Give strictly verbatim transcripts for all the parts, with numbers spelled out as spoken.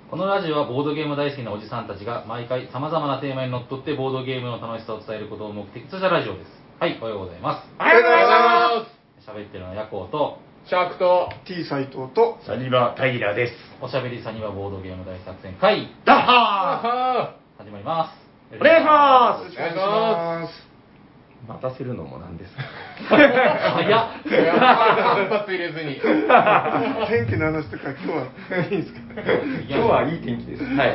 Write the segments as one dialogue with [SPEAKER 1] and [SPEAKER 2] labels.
[SPEAKER 1] このラジオはボードゲーム大好きなおじさんたちが毎回様々なテーマにのっとってボードゲームの楽しさを伝えることを目的としたラジオです。はい、おはようございます。
[SPEAKER 2] おはようございます。
[SPEAKER 1] 喋ってるのはヤコウと
[SPEAKER 2] シャークと
[SPEAKER 3] T 斎藤と
[SPEAKER 4] サニバタイラです。
[SPEAKER 1] おしゃべりサニバボードゲーム大作戦会
[SPEAKER 4] ダッハ
[SPEAKER 1] ー始まります。
[SPEAKER 4] ーお願いしま
[SPEAKER 3] よろしくお願いします。
[SPEAKER 4] す。待たせるのもなんですか。
[SPEAKER 1] 早っ。
[SPEAKER 2] 反発入れずに。
[SPEAKER 3] 天気の話とか今日はいいんですか。
[SPEAKER 4] 今日はいい天気です。はい。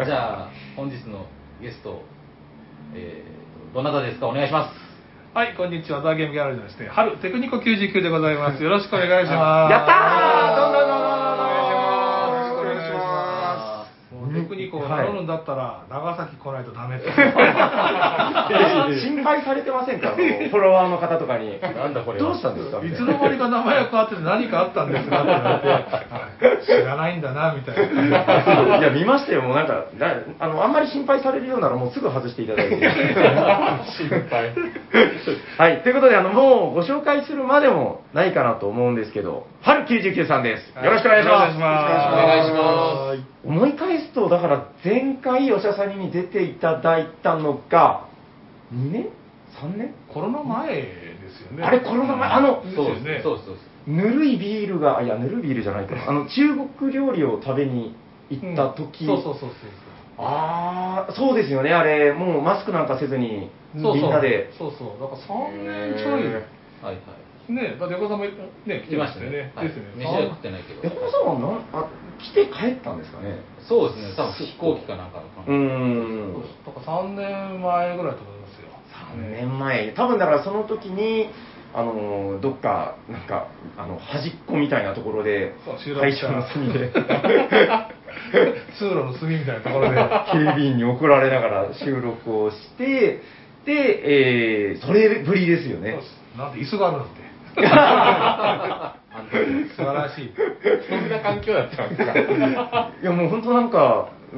[SPEAKER 1] じゃあ本日のゲスト、えー、どなたですか、お願いします。
[SPEAKER 5] はい、こんにちは。ザ・ゲームギャラリーのですね、春テクニコきゅうじゅうきゅうでございます。よろしくお願いします。
[SPEAKER 4] やったー。どんどんどんどんどんどん。
[SPEAKER 3] よろしくお願いしま
[SPEAKER 5] もうテクニコを名乗るんだったら、長崎来ないとダメって。
[SPEAKER 4] 心配されてませんか、あのフォロワーの方とかに。
[SPEAKER 1] なんだこれは。
[SPEAKER 4] どうしたんですか。
[SPEAKER 5] いつの間にか名前が変わってて何かあったんですかって言われて、はい知らないんだなみたいな。
[SPEAKER 4] いや見ましたよ。もうなんかだあのあんまり心配されるようならもうすぐ外していただいて。
[SPEAKER 1] 心配。
[SPEAKER 4] はい、ということであのもうご紹介するまでもないかなと思うんですけど、春きゅうじゅうきゅうさんです。よろしくお願いします。
[SPEAKER 3] す。お願いします。
[SPEAKER 4] 思い返すとだから前回おしゃさにに出ていただいたのがにねんさんねん
[SPEAKER 5] コロナ前ですよね。
[SPEAKER 4] あれコロナ前あの
[SPEAKER 1] そう
[SPEAKER 5] ですよね。
[SPEAKER 1] そうそうそう。
[SPEAKER 4] ぬるいビールがいやぬるいビールじゃないかな、あの中国料理を食べに行った時、
[SPEAKER 5] うんそうそうそうそう。
[SPEAKER 4] ああそうですよね。あれもうマスクなんかせずに
[SPEAKER 5] そうそう
[SPEAKER 4] みんなで
[SPEAKER 5] そうそう。だからさんねんちょい。
[SPEAKER 1] はいはい。
[SPEAKER 5] ね、だって横澤さんもね来てましたよね。
[SPEAKER 1] はい、
[SPEAKER 5] ですよね。
[SPEAKER 1] 飯は食ってないけど。
[SPEAKER 4] 横澤さんはなんあ来て帰ったんですかね。
[SPEAKER 1] そうですね。多分飛行機かなんかの
[SPEAKER 4] うーん
[SPEAKER 5] とかさんねんまえぐらいと思いますよ。
[SPEAKER 4] さんねんまえ多分だからその時にあのどっかなんかあの端っこみたいなところで
[SPEAKER 5] そう収録
[SPEAKER 4] 会
[SPEAKER 5] した
[SPEAKER 4] 場の隅で
[SPEAKER 5] 通路の隅みたいなところで
[SPEAKER 4] 警備員に怒られながら収録をしてで、えー、それぶりですよね。
[SPEAKER 5] なんて椅子があるなんて素晴らしい。
[SPEAKER 2] そんな環境だったんですか。
[SPEAKER 4] いやもう本当なんか、うん、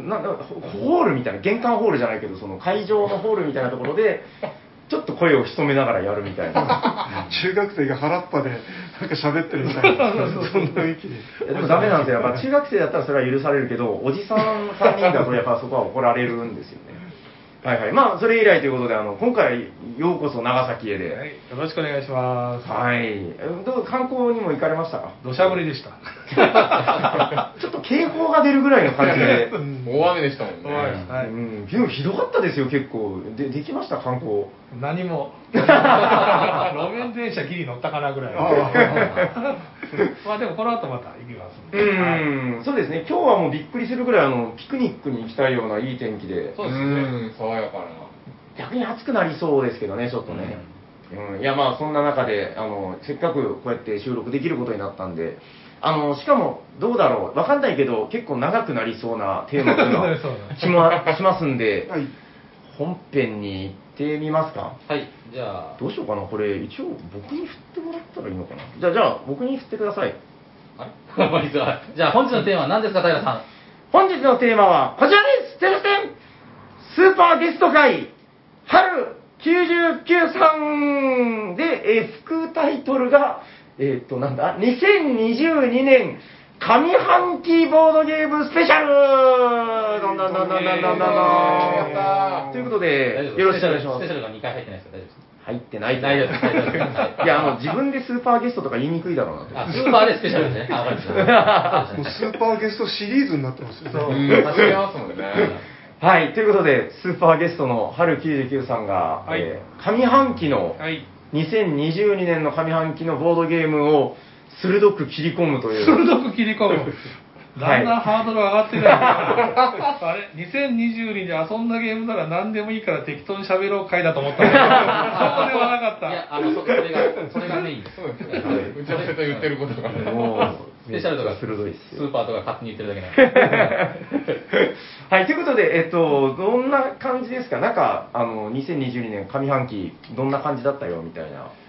[SPEAKER 4] なんかホールみたいな、玄関ホールじゃないけど、その会場のホールみたいなところで、ちょっと声を潜めながらやるみたいな。
[SPEAKER 3] 中学生が腹っぱでなんか喋ってるみたいなそんな雰囲気で。
[SPEAKER 4] いやでもダメなんですよ。やっぱ中学生だったらそれは許されるけど、おじさんさんにんだとやっぱそこは怒られるんですよね。はいはい。まあそれ以来ということで、あの今回ようこそ長崎へで。
[SPEAKER 5] はい、よろしくお願いします。
[SPEAKER 4] はい。どう観光にも行かれましたか。
[SPEAKER 5] 土砂降りでした。
[SPEAKER 4] ちょっと警報が出るぐらいの感じで。
[SPEAKER 2] 大雨でしたもんね。
[SPEAKER 5] はい。
[SPEAKER 4] うん、でもひどかったですよ結構。でできました観光。
[SPEAKER 5] 何も路面電車ギリ乗ったかなぐらい。まあでもこの後また行きますん
[SPEAKER 4] う
[SPEAKER 5] で。
[SPEAKER 4] ん、はい、そうですね。今日はもうびっくりするぐらいあのピクニックに行きたいようないい天気で。
[SPEAKER 1] そうですね。
[SPEAKER 2] うん爽やかな。
[SPEAKER 4] 逆に暑くなりそうですけどねちょっとね。うん、いやまあそんな中であのせっかくこうやって収録できることになったんで。あのしかもどうだろうわかんないけど結構長くなりそうなテーマというのはしましますんで、
[SPEAKER 3] はい。
[SPEAKER 4] 本編に行ってみますか。
[SPEAKER 1] はい、じゃあ
[SPEAKER 4] どうしようかなこれ一応僕に振ってもらったらいいのかな。じゃあじゃあ僕に振ってください。
[SPEAKER 1] あれまあいいですわじゃあ本日のテーマは何ですか、平さん。
[SPEAKER 4] 本日のテーマはこちらです。テレステンスーパーゲスト会春きゅうじゅうきゅうさんで、えー副タイトルがえーっとなんだにせんにじゅうにねん上半期ボードゲームスペシャルどんどんどんどんどんどんどんどんということでよろしくお願いします。
[SPEAKER 1] スペシャルがにかい入ってないですか、大丈夫ですか。
[SPEAKER 4] 入ってないと
[SPEAKER 1] 大丈夫です大丈夫です
[SPEAKER 4] いやあの自分でスーパーゲストとか言いにくいだろうなと。
[SPEAKER 1] あ、スーパーでスペシャルですね。あ、わかりました。
[SPEAKER 3] もうスーパーゲストシリーズになってますよね。
[SPEAKER 2] うん走りますもんね。
[SPEAKER 4] はいということでスーパーゲストの春きゅうじゅうきゅうさんが、
[SPEAKER 5] はい
[SPEAKER 4] えー上半期の
[SPEAKER 5] はい。
[SPEAKER 4] にせんにじゅうにねんの上半期のボードゲームを鋭く切り込むという
[SPEAKER 5] 鋭く切り込む。だんだんハードル上がってるんだけどあれにせんにじゅうにで遊んだゲームなら何でもいいから適当に喋ろう回だと思ったんだけど、そうではなかった。
[SPEAKER 1] いや、あの、そそれが、それがメインです。
[SPEAKER 2] そうですね。打ち合わせと言ってることが。
[SPEAKER 4] もう
[SPEAKER 1] スペシャルとか、
[SPEAKER 4] 鋭いっすよ
[SPEAKER 1] スーパーとか勝手に言ってるだけなんで。
[SPEAKER 4] はいということでえっとどんな感じですか。なんかあのにせんにじゅうにねん上半期どんな感じだったよみたいな。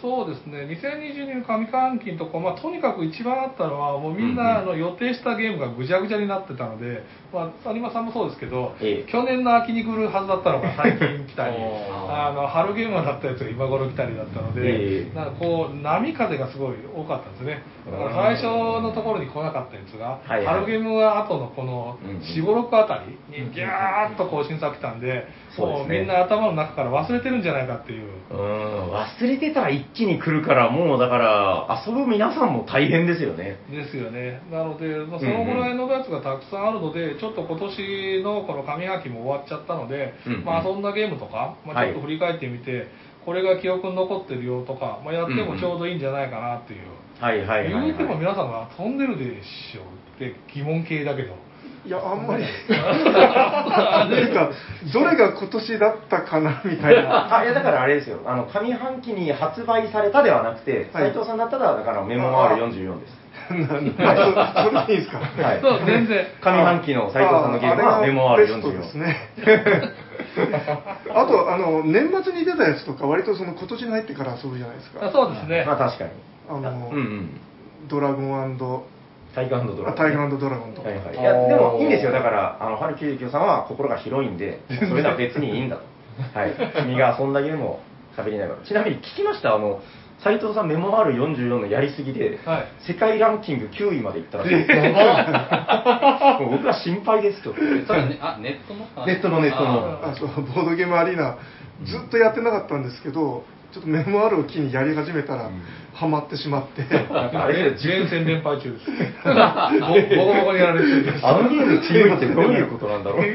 [SPEAKER 5] そうですね、にせんにじゅうにねん上半期のとこ、まあ、とにかく一番あったのは、もうみんな、あの予定したゲームがぐちゃぐちゃになってたので、まあ、有馬さんもそうですけど、
[SPEAKER 4] ええ
[SPEAKER 5] 去年の秋に来るはずだったのが最近来たり、
[SPEAKER 2] あ
[SPEAKER 5] あの春ゲームだったやつが今頃来たりだったので、
[SPEAKER 4] ええ
[SPEAKER 5] なんかこう波風がすごい多かったんですね。だから最初のところに来なかったやつが、
[SPEAKER 4] はいはい
[SPEAKER 5] 春ゲームが後のこの
[SPEAKER 4] うんうん
[SPEAKER 5] よん、ご、ろくあたりにギャーッと更新されてたんで、
[SPEAKER 4] そうですね
[SPEAKER 5] もうみんな頭の中から忘れてるんじゃないかっていう。
[SPEAKER 4] うーん、忘れてたら一気に来るから、もうだから遊ぶ皆さんも大変ですよね。
[SPEAKER 5] ですよね。なので、まあ、そのぐらいのやつがたくさんあるので、ちょっと今年のこの上半期も終わっちゃったので、
[SPEAKER 4] うんうん
[SPEAKER 5] まあ遊んだゲームとか、まあ、ちょっと振り返ってみて、これが記憶に残ってるよとか、まあ、やってもちょうどいいんじゃないかなっていう。
[SPEAKER 4] はいはいはい、はい。
[SPEAKER 5] 言うても皆さんが遊んでるでしょって疑問系だけど。
[SPEAKER 3] いや、あんまり。なんか、どれが今年だったかなみたいな。
[SPEAKER 4] あ、いやだからあれですよ、あの上半期に発売されたではなくて、
[SPEAKER 3] はい
[SPEAKER 4] 斉藤さんだったらだからメモ アールよんじゅうよん です。
[SPEAKER 3] あそそれでいいですか。
[SPEAKER 4] はい。
[SPEAKER 5] そう全然
[SPEAKER 4] 上半期の斉藤さんのゲームはメモ アールよんじゅうよん。
[SPEAKER 3] ベストですね。あと、あの、年末に出たやつとか、割とその今年に入ってから遊ぶじゃないです
[SPEAKER 5] あ
[SPEAKER 3] か。
[SPEAKER 5] そうですね。
[SPEAKER 4] まあ確かに。
[SPEAKER 3] あの
[SPEAKER 4] うんうん。
[SPEAKER 3] ドラゴン
[SPEAKER 4] タイガードラゴン。
[SPEAKER 3] タイガードラゴンとか。
[SPEAKER 4] はいはい、いやでもいいんですよ、だからあの春きゅうじゅうきゅうさんは心が広いんで、そういうのは別にいいんだと、はい、君が遊んだゲームを喋りながら、ちなみに聞きました、あの斉藤さん、メモ アールよんじゅうよん のやりすぎで、
[SPEAKER 5] はい
[SPEAKER 4] 世界ランキングきゅういまでいったらしいです、もう僕は心配ですと、
[SPEAKER 1] えそれねあネットのあ
[SPEAKER 4] ネットのネットの
[SPEAKER 3] あそうボードゲームアリーナ、ずっとやってなかったんですけど、ちょっとメモアールを機にやり始めたら、ハマってしまって。
[SPEAKER 4] あれですよ
[SPEAKER 5] 連戦連敗中です。ボコボコにやられてるんです。
[SPEAKER 4] あのゲーム強いってどういうことなんだろう。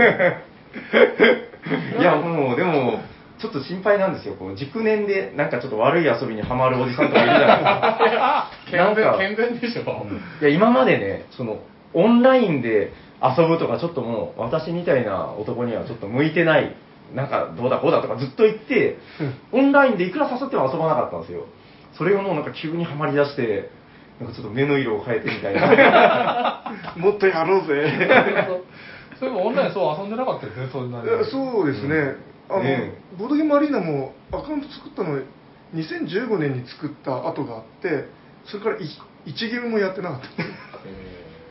[SPEAKER 4] いやもうでもちょっと心配なんですよ。こう熟年でなんかちょっと悪い遊びにハマるおじさんとかいるじゃないですか。なんか
[SPEAKER 2] 健全でしょ。
[SPEAKER 4] いや今までね、そのオンラインで遊ぶとかちょっともう私みたいな男にはちょっと向いてない。なんかどうだこうだとかずっと言ってオンラインでいくら誘っても遊ばなかったんですよ。それがもうなんか急にはまりだして、なんかちょっと目の色を変えてみたいな。
[SPEAKER 3] もっとやろうぜ。
[SPEAKER 5] そういえばオンラインそう遊んでなかったですね、そんなに。
[SPEAKER 3] そうですね。あの、
[SPEAKER 4] ね
[SPEAKER 3] ボードゲームアリーナもアカウント作ったのにせんじゅうごねんに作った後があって、それからいちゲームもやってなかった。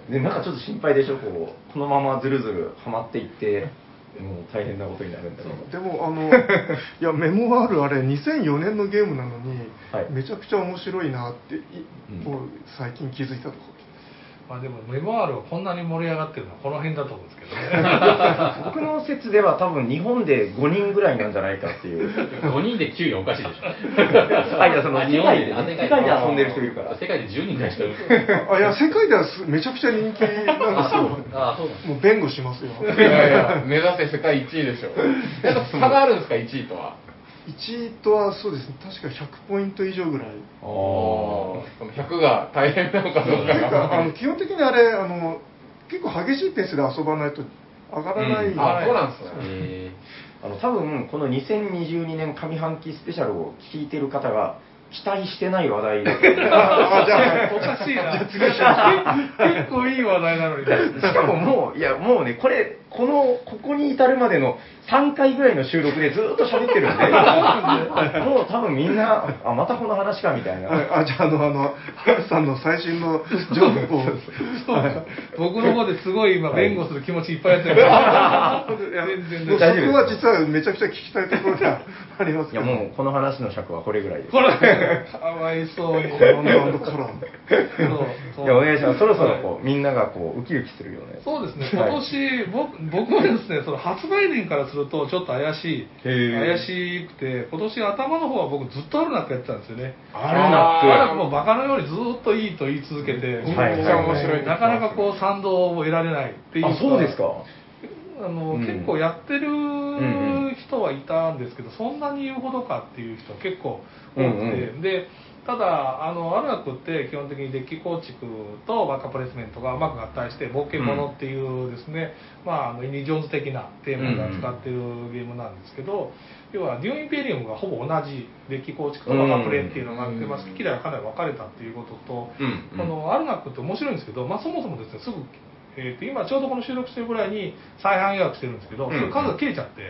[SPEAKER 4] でなんかちょっと心配でしょ、こうこのままずるずるはまっていって、もう大変なことになるんだろう。
[SPEAKER 3] でもあのいやメモアールあれにせんよねんのゲームなのに、
[SPEAKER 4] はい
[SPEAKER 3] めちゃくちゃ面白いなってい、
[SPEAKER 4] うん
[SPEAKER 3] もう最近気づいたところ。
[SPEAKER 5] まあでもメモアールがこんなに盛り上がってるのはこの辺だと思うんですけどね。
[SPEAKER 4] 僕の説では多分日本でごにんぐらいなんじゃないかっていう。
[SPEAKER 1] ごにんできゅういおかしいでしょ。
[SPEAKER 4] あいやその世界で、
[SPEAKER 1] あ
[SPEAKER 4] ね、世界で遊んでる人いるから。
[SPEAKER 1] 世界でじゅうにんぐらいしかいる。
[SPEAKER 3] あいや世界ではすめちゃくちゃ人気なんですよ。
[SPEAKER 1] あそうなんです
[SPEAKER 3] もう弁護しますよ。
[SPEAKER 2] いやいや、目指せ世界いちいでしょ。なんか差があるんですか、いちいとは。
[SPEAKER 3] いちいとはそうですね、確かひゃくポイント以上ぐらい。
[SPEAKER 4] あ
[SPEAKER 2] そのひゃくが大変なのかどうか
[SPEAKER 3] ていうかあ
[SPEAKER 2] が。
[SPEAKER 3] の基本的にあれあの結構激しいペースで遊ばないと上がらない、
[SPEAKER 2] うんあ、そうなんですね。
[SPEAKER 1] え
[SPEAKER 4] あの多分このにせんにじゅうにねん上半期スペシャルを聞いてる方が期待してない話題だと思う。
[SPEAKER 3] あじゃあ
[SPEAKER 5] おかしいな。結構いい話題なのに。
[SPEAKER 4] しかももう、いや、もうね、これ、この、ここに至るまでのさんかいぐらいの収録でずっと喋ってるんで、もう多分みんな、あ、またこの話かみたいな。
[SPEAKER 3] あじゃああのあのハルさんの最新の情報を
[SPEAKER 5] そうか。僕の方ですごい今弁護する気持ちいっぱいやってるから。
[SPEAKER 3] いや
[SPEAKER 5] 全然
[SPEAKER 3] もうそ
[SPEAKER 4] 大丈夫です
[SPEAKER 3] こは実はめちゃくちゃ聞きたいところではあります
[SPEAKER 4] いや、
[SPEAKER 3] けど。
[SPEAKER 4] もうこの話の尺はこれぐらいです。
[SPEAKER 5] これ、かわいそうに。
[SPEAKER 3] コランカラン。
[SPEAKER 5] そうそう
[SPEAKER 4] いや、お願いします。そろそろこう、みんながこう、ウキウキするようなやつ。
[SPEAKER 5] そうですね、今年、僕僕はですね、その発売年からすると、ちょっと怪しい、
[SPEAKER 4] へー
[SPEAKER 5] 怪しくて、今年頭の方は僕、ずっとアルナックやってたんですよね。
[SPEAKER 4] アルナック
[SPEAKER 5] アルナックもバカのようにずっといいと言い続けて、
[SPEAKER 4] はい
[SPEAKER 2] めっちゃ面白い。
[SPEAKER 5] なかなかこう、賛同を得られないっていう
[SPEAKER 4] あ、そうですか。
[SPEAKER 5] あの、
[SPEAKER 4] うん
[SPEAKER 5] 結構やってる
[SPEAKER 4] ん
[SPEAKER 5] 人はいたんですけど、そんなに言うほどかっていう人は結構多くて、
[SPEAKER 4] うんうん
[SPEAKER 5] でただあのアルナックって基本的にデッキ構築とバッカープレイスメントがうまく合体して冒険者っていうですね、まあ、あのインディ・ジョーンズ的なテーマで扱ってるゲームなんですけど、要はデューインペリウムがほぼ同じデッキ構築とバカープレイっていうのがあって、まあ、好き嫌いがかなり分かれたっていうことと、
[SPEAKER 4] うんうん
[SPEAKER 5] このアルナックって面白いんですけど、まあ、そもそもですねすぐえー、と今ちょうどこの収録してるぐらいに再販予約してるんですけど、それ数が切れちゃって、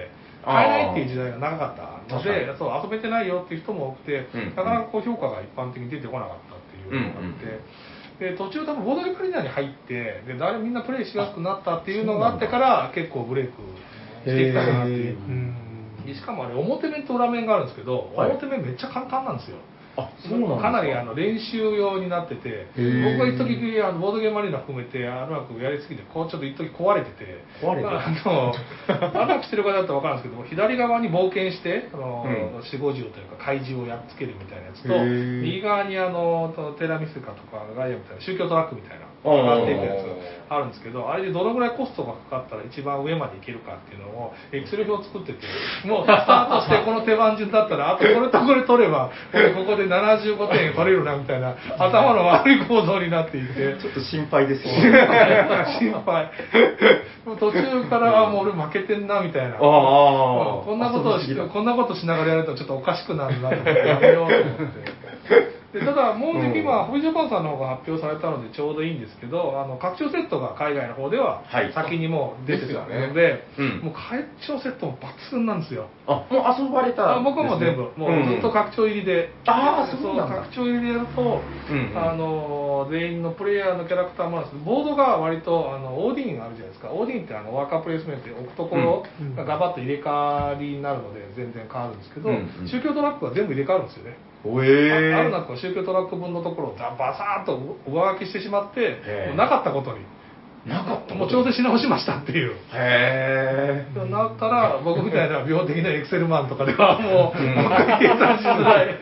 [SPEAKER 5] 買えないっていう時代が長かったので、
[SPEAKER 4] 確
[SPEAKER 5] そう遊べてないよっていう人も多くて、
[SPEAKER 4] うん
[SPEAKER 5] なかなかこう評価が一般的に出てこなかったっていうのがあって、で途中多分ボードゲームアリーナに入ってで誰みんなプレイしやすくなったっていうのがあってから結構ブレイクしてきたかなっていう。でしかもあれ表面と裏面があるんですけど、
[SPEAKER 4] はい
[SPEAKER 5] 表面めっちゃ簡単なんですよ。
[SPEAKER 4] あ、そうなんですか。
[SPEAKER 5] かなりあの練習用になってて、僕が一時あのボードゲームアリーナ含めてアルナックやりすぎてこうちょっと一時壊れてて、
[SPEAKER 4] 壊れて
[SPEAKER 5] あのアルナックしてる方だったら分かるんですけども、左側に冒険してあの、
[SPEAKER 4] うん、
[SPEAKER 5] 四五十というか怪獣をやっつけるみたいなやつと、
[SPEAKER 4] へー
[SPEAKER 5] 右側にあのテラミスカとかガイアみたいな宗教トラックみたいな上がっていくやつあるんですけど、あれでどのぐらいコストがかかったら一番上までいけるかっていうのをエクセル表を作ってて、もうスタートしてこの手番順だったらあとこれとこれ取れば俺ここでななじゅうごてん取れるなみたいな頭の悪い構造になっていて、
[SPEAKER 4] ちょっと心配ですよ
[SPEAKER 5] 心配途中からあもう俺負けてんなみたいな、
[SPEAKER 4] ああ
[SPEAKER 5] こんなことをしこんなことしながらやるとちょっとおかしくなるなと思ってやめようと思ってでただもうじき今、ホビージャパンさんの方が発表されたのでちょうどいいんですけど、あの拡張セットが海外の方では
[SPEAKER 4] はい
[SPEAKER 5] 先にもう出てたので、
[SPEAKER 2] ですよ
[SPEAKER 4] ねうん
[SPEAKER 5] もう拡張セットも抜群なんですよ。
[SPEAKER 4] あ、もう遊ばれたんですね。
[SPEAKER 5] あ僕はもう全部、もうずっと拡張入りで、
[SPEAKER 4] あー
[SPEAKER 5] で
[SPEAKER 4] そうなんだ
[SPEAKER 5] 拡張入りでやると、
[SPEAKER 4] うんうん
[SPEAKER 5] あの全員のプレイヤーのキャラクターもあるんですけど、ボードが割とあのオーディンがあるじゃないですか。オーディンってあのワーカープレイスメントで置くところがガバッと入れ替わりになるので全然変わるんですけど、
[SPEAKER 4] うんうん
[SPEAKER 5] 宗教トラックは全部入れ替わるんですよね。
[SPEAKER 4] おえー、
[SPEAKER 5] ああるなくは宗教トラック分のところをバサーッと上書きしてしまって
[SPEAKER 4] へー
[SPEAKER 5] もうなかったことに
[SPEAKER 4] なかったことに
[SPEAKER 5] もう調整し直しましたっていう
[SPEAKER 4] へえ。
[SPEAKER 5] なったら僕みたいな病的なエクセルマンとかではもう計算しづらい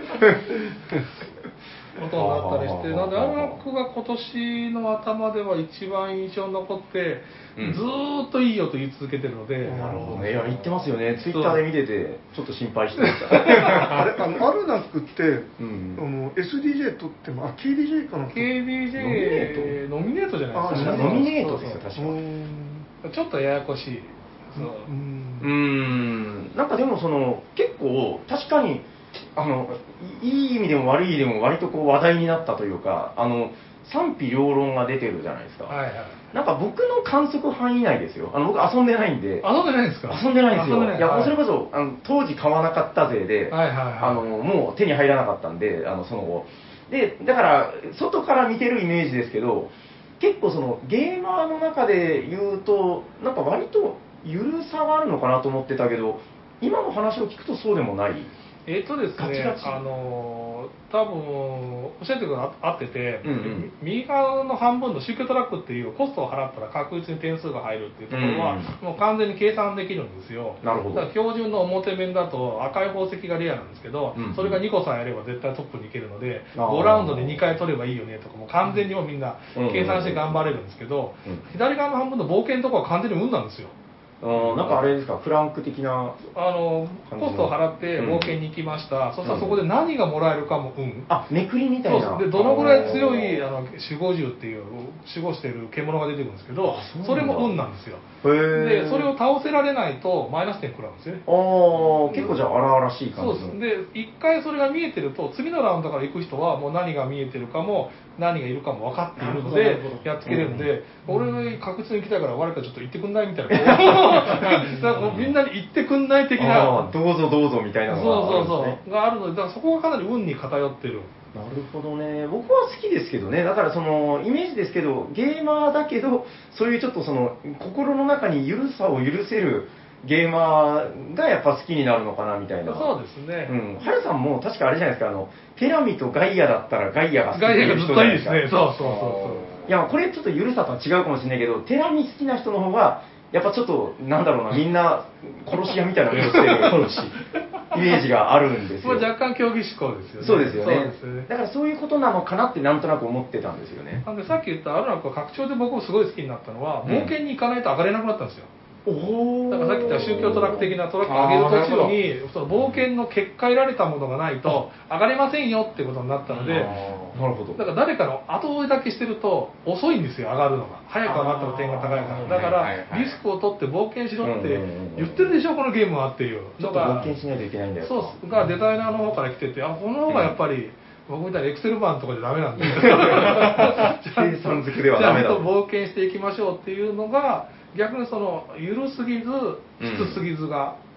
[SPEAKER 5] ことになったりして、なんでアルナックが今年の頭では一番印象に残って、
[SPEAKER 4] うん
[SPEAKER 5] ずーっといいよと言い続けてるので、
[SPEAKER 4] なるほどね。いや、言ってますよね。ツイッターで見てて、ちょっと心配してました。
[SPEAKER 3] あれあのアルナックって、
[SPEAKER 4] うん
[SPEAKER 3] あの エスディージェー 取ってもあ ケーディージェー かな
[SPEAKER 5] ケーディージェー ノミネートじゃないですか。
[SPEAKER 4] あノミネートですよ、確か。
[SPEAKER 3] う
[SPEAKER 5] そうちょっとややこしい。そう
[SPEAKER 3] ん
[SPEAKER 4] うーん、なんかでもその結構確かにあのいいい意味でも悪い意味でも割とこう話題になったというか、あの賛否両論が出てるじゃないですか。
[SPEAKER 5] はいはい。
[SPEAKER 4] なんか僕の観測範囲内ですよ。あの僕遊んでないんで。
[SPEAKER 5] 遊んでないんですか？
[SPEAKER 4] 遊んでないんですよ。
[SPEAKER 5] 遊んでない
[SPEAKER 4] いや、
[SPEAKER 5] はい
[SPEAKER 4] それこそあの当時買わなかった勢で、
[SPEAKER 5] はいはいはい
[SPEAKER 4] あのもう手に入らなかったんで、あのその後。で、だから外から見てるイメージですけど、結構そのゲーマーの中で言うとなんか割とゆるさがあるのかなと思ってたけど、今の話を聞くとそうでもない。
[SPEAKER 5] えっとですね、
[SPEAKER 4] ガチガチ
[SPEAKER 5] あの多分おっしゃってることが合ってて、
[SPEAKER 4] うんうん
[SPEAKER 5] 右側の半分の宗教トラックっていうコストを払ったら確実に点数が入るっていうところは、
[SPEAKER 4] うん
[SPEAKER 5] もう完全に計算できるんですよ。
[SPEAKER 4] なるほど
[SPEAKER 5] だから標準の表面だと赤い宝石がレアなんですけど、
[SPEAKER 4] うん
[SPEAKER 5] それがにこさえあれば絶対トップに行けるので、
[SPEAKER 4] あー
[SPEAKER 5] ごラウンドでにかい取ればいいよねとかもう完全にもうみんな計算して頑張れるんですけど、
[SPEAKER 4] うん
[SPEAKER 5] 左側の半分の冒険のところは完全に運なんですよ。
[SPEAKER 4] うん、なんかあれですか、フランク的な。
[SPEAKER 5] あの
[SPEAKER 4] 感じの
[SPEAKER 5] コストを払って冒険に行きました、そしたらそこで何がもらえるかも運、
[SPEAKER 4] あ、めくりみたいな。
[SPEAKER 5] そうですでどのぐらい強いあの守護獣っていう守護している獣が出てくるんですけど
[SPEAKER 4] あそうなんだ
[SPEAKER 5] それも運なんですよ。
[SPEAKER 4] へー
[SPEAKER 5] でそれを倒せられないとマイナス点食らうんですよね。
[SPEAKER 4] ああ、結構じゃあ荒々しい
[SPEAKER 5] そう
[SPEAKER 4] 感じの。
[SPEAKER 5] ですで一回それが見えてると次のラウンドから行く人はもう何が見えてるかも何がいるかも分かっているので
[SPEAKER 4] なるほどなるほど
[SPEAKER 5] やっつけれるんで、俺確実に行きたいから我かちょっと行ってくんないみたいなだからこうみんなに行ってくんない的な
[SPEAKER 4] あーどうぞどうぞみたいな
[SPEAKER 5] そう
[SPEAKER 4] のがあるん
[SPEAKER 5] そう
[SPEAKER 4] ですね。
[SPEAKER 5] そうがあるのでだからそこがかなり運に偏ってる。
[SPEAKER 4] なるほどね。僕は好きですけどね。だからそのイメージですけど、ゲーマーだけど、そういうちょっとその心の中に緩さを許せるゲーマーがやっぱ好きになるのかなみたいな。
[SPEAKER 5] そうですね。
[SPEAKER 4] うん。ハルさんも確かあれじゃないですか、あの、テラミとガイアだったらガイアが好きって
[SPEAKER 5] ガイアが
[SPEAKER 4] いう
[SPEAKER 5] ずっといい
[SPEAKER 4] 人じゃないでか。
[SPEAKER 5] ですすね。そうそうそう
[SPEAKER 4] いや、これちょっと緩さとは違うかもしれないけど、テラミ好きな人の方が、やっぱちょっと、なんだろうな、みんな殺し屋みたいな目をしてるイメージがあるんです
[SPEAKER 5] そう。
[SPEAKER 4] よ。
[SPEAKER 5] もう若干競技志向ですよね。
[SPEAKER 4] そうですよね
[SPEAKER 5] そうですね。
[SPEAKER 4] だからそういうことなのかなってなんとなく思ってたんですよね。
[SPEAKER 5] なんでさっき言ったアルナックは拡張で僕もすごい好きになったのは、
[SPEAKER 4] うん
[SPEAKER 5] 冒険に行かないと上がれなくなったんですよ。
[SPEAKER 4] お
[SPEAKER 5] だからさっき言った宗教トラック的なトラックを上げる途中にその冒険の結果得られたものがないと上がれませんよってことになったので、
[SPEAKER 4] なるほど。
[SPEAKER 5] だから誰かの後追いだけしてると遅いんですよ上がるのが。早く上がったら点が高いから。だか
[SPEAKER 2] はいはいはい
[SPEAKER 5] らリスクを取って冒険しろって
[SPEAKER 4] うんうんうん
[SPEAKER 5] 言ってるでしょこのゲームはっていう
[SPEAKER 4] ちょっと
[SPEAKER 5] のが
[SPEAKER 4] 冒険しないといけないんだよ。
[SPEAKER 5] そうがデザイナーの方から来てて、あこの方がやっぱり、僕みたいにエクセル版とかじゃダメなんで
[SPEAKER 4] 計算づくではダメだ
[SPEAKER 5] ちゃんと冒険していきましょうっていうのが逆にその緩すぎずきつすぎずが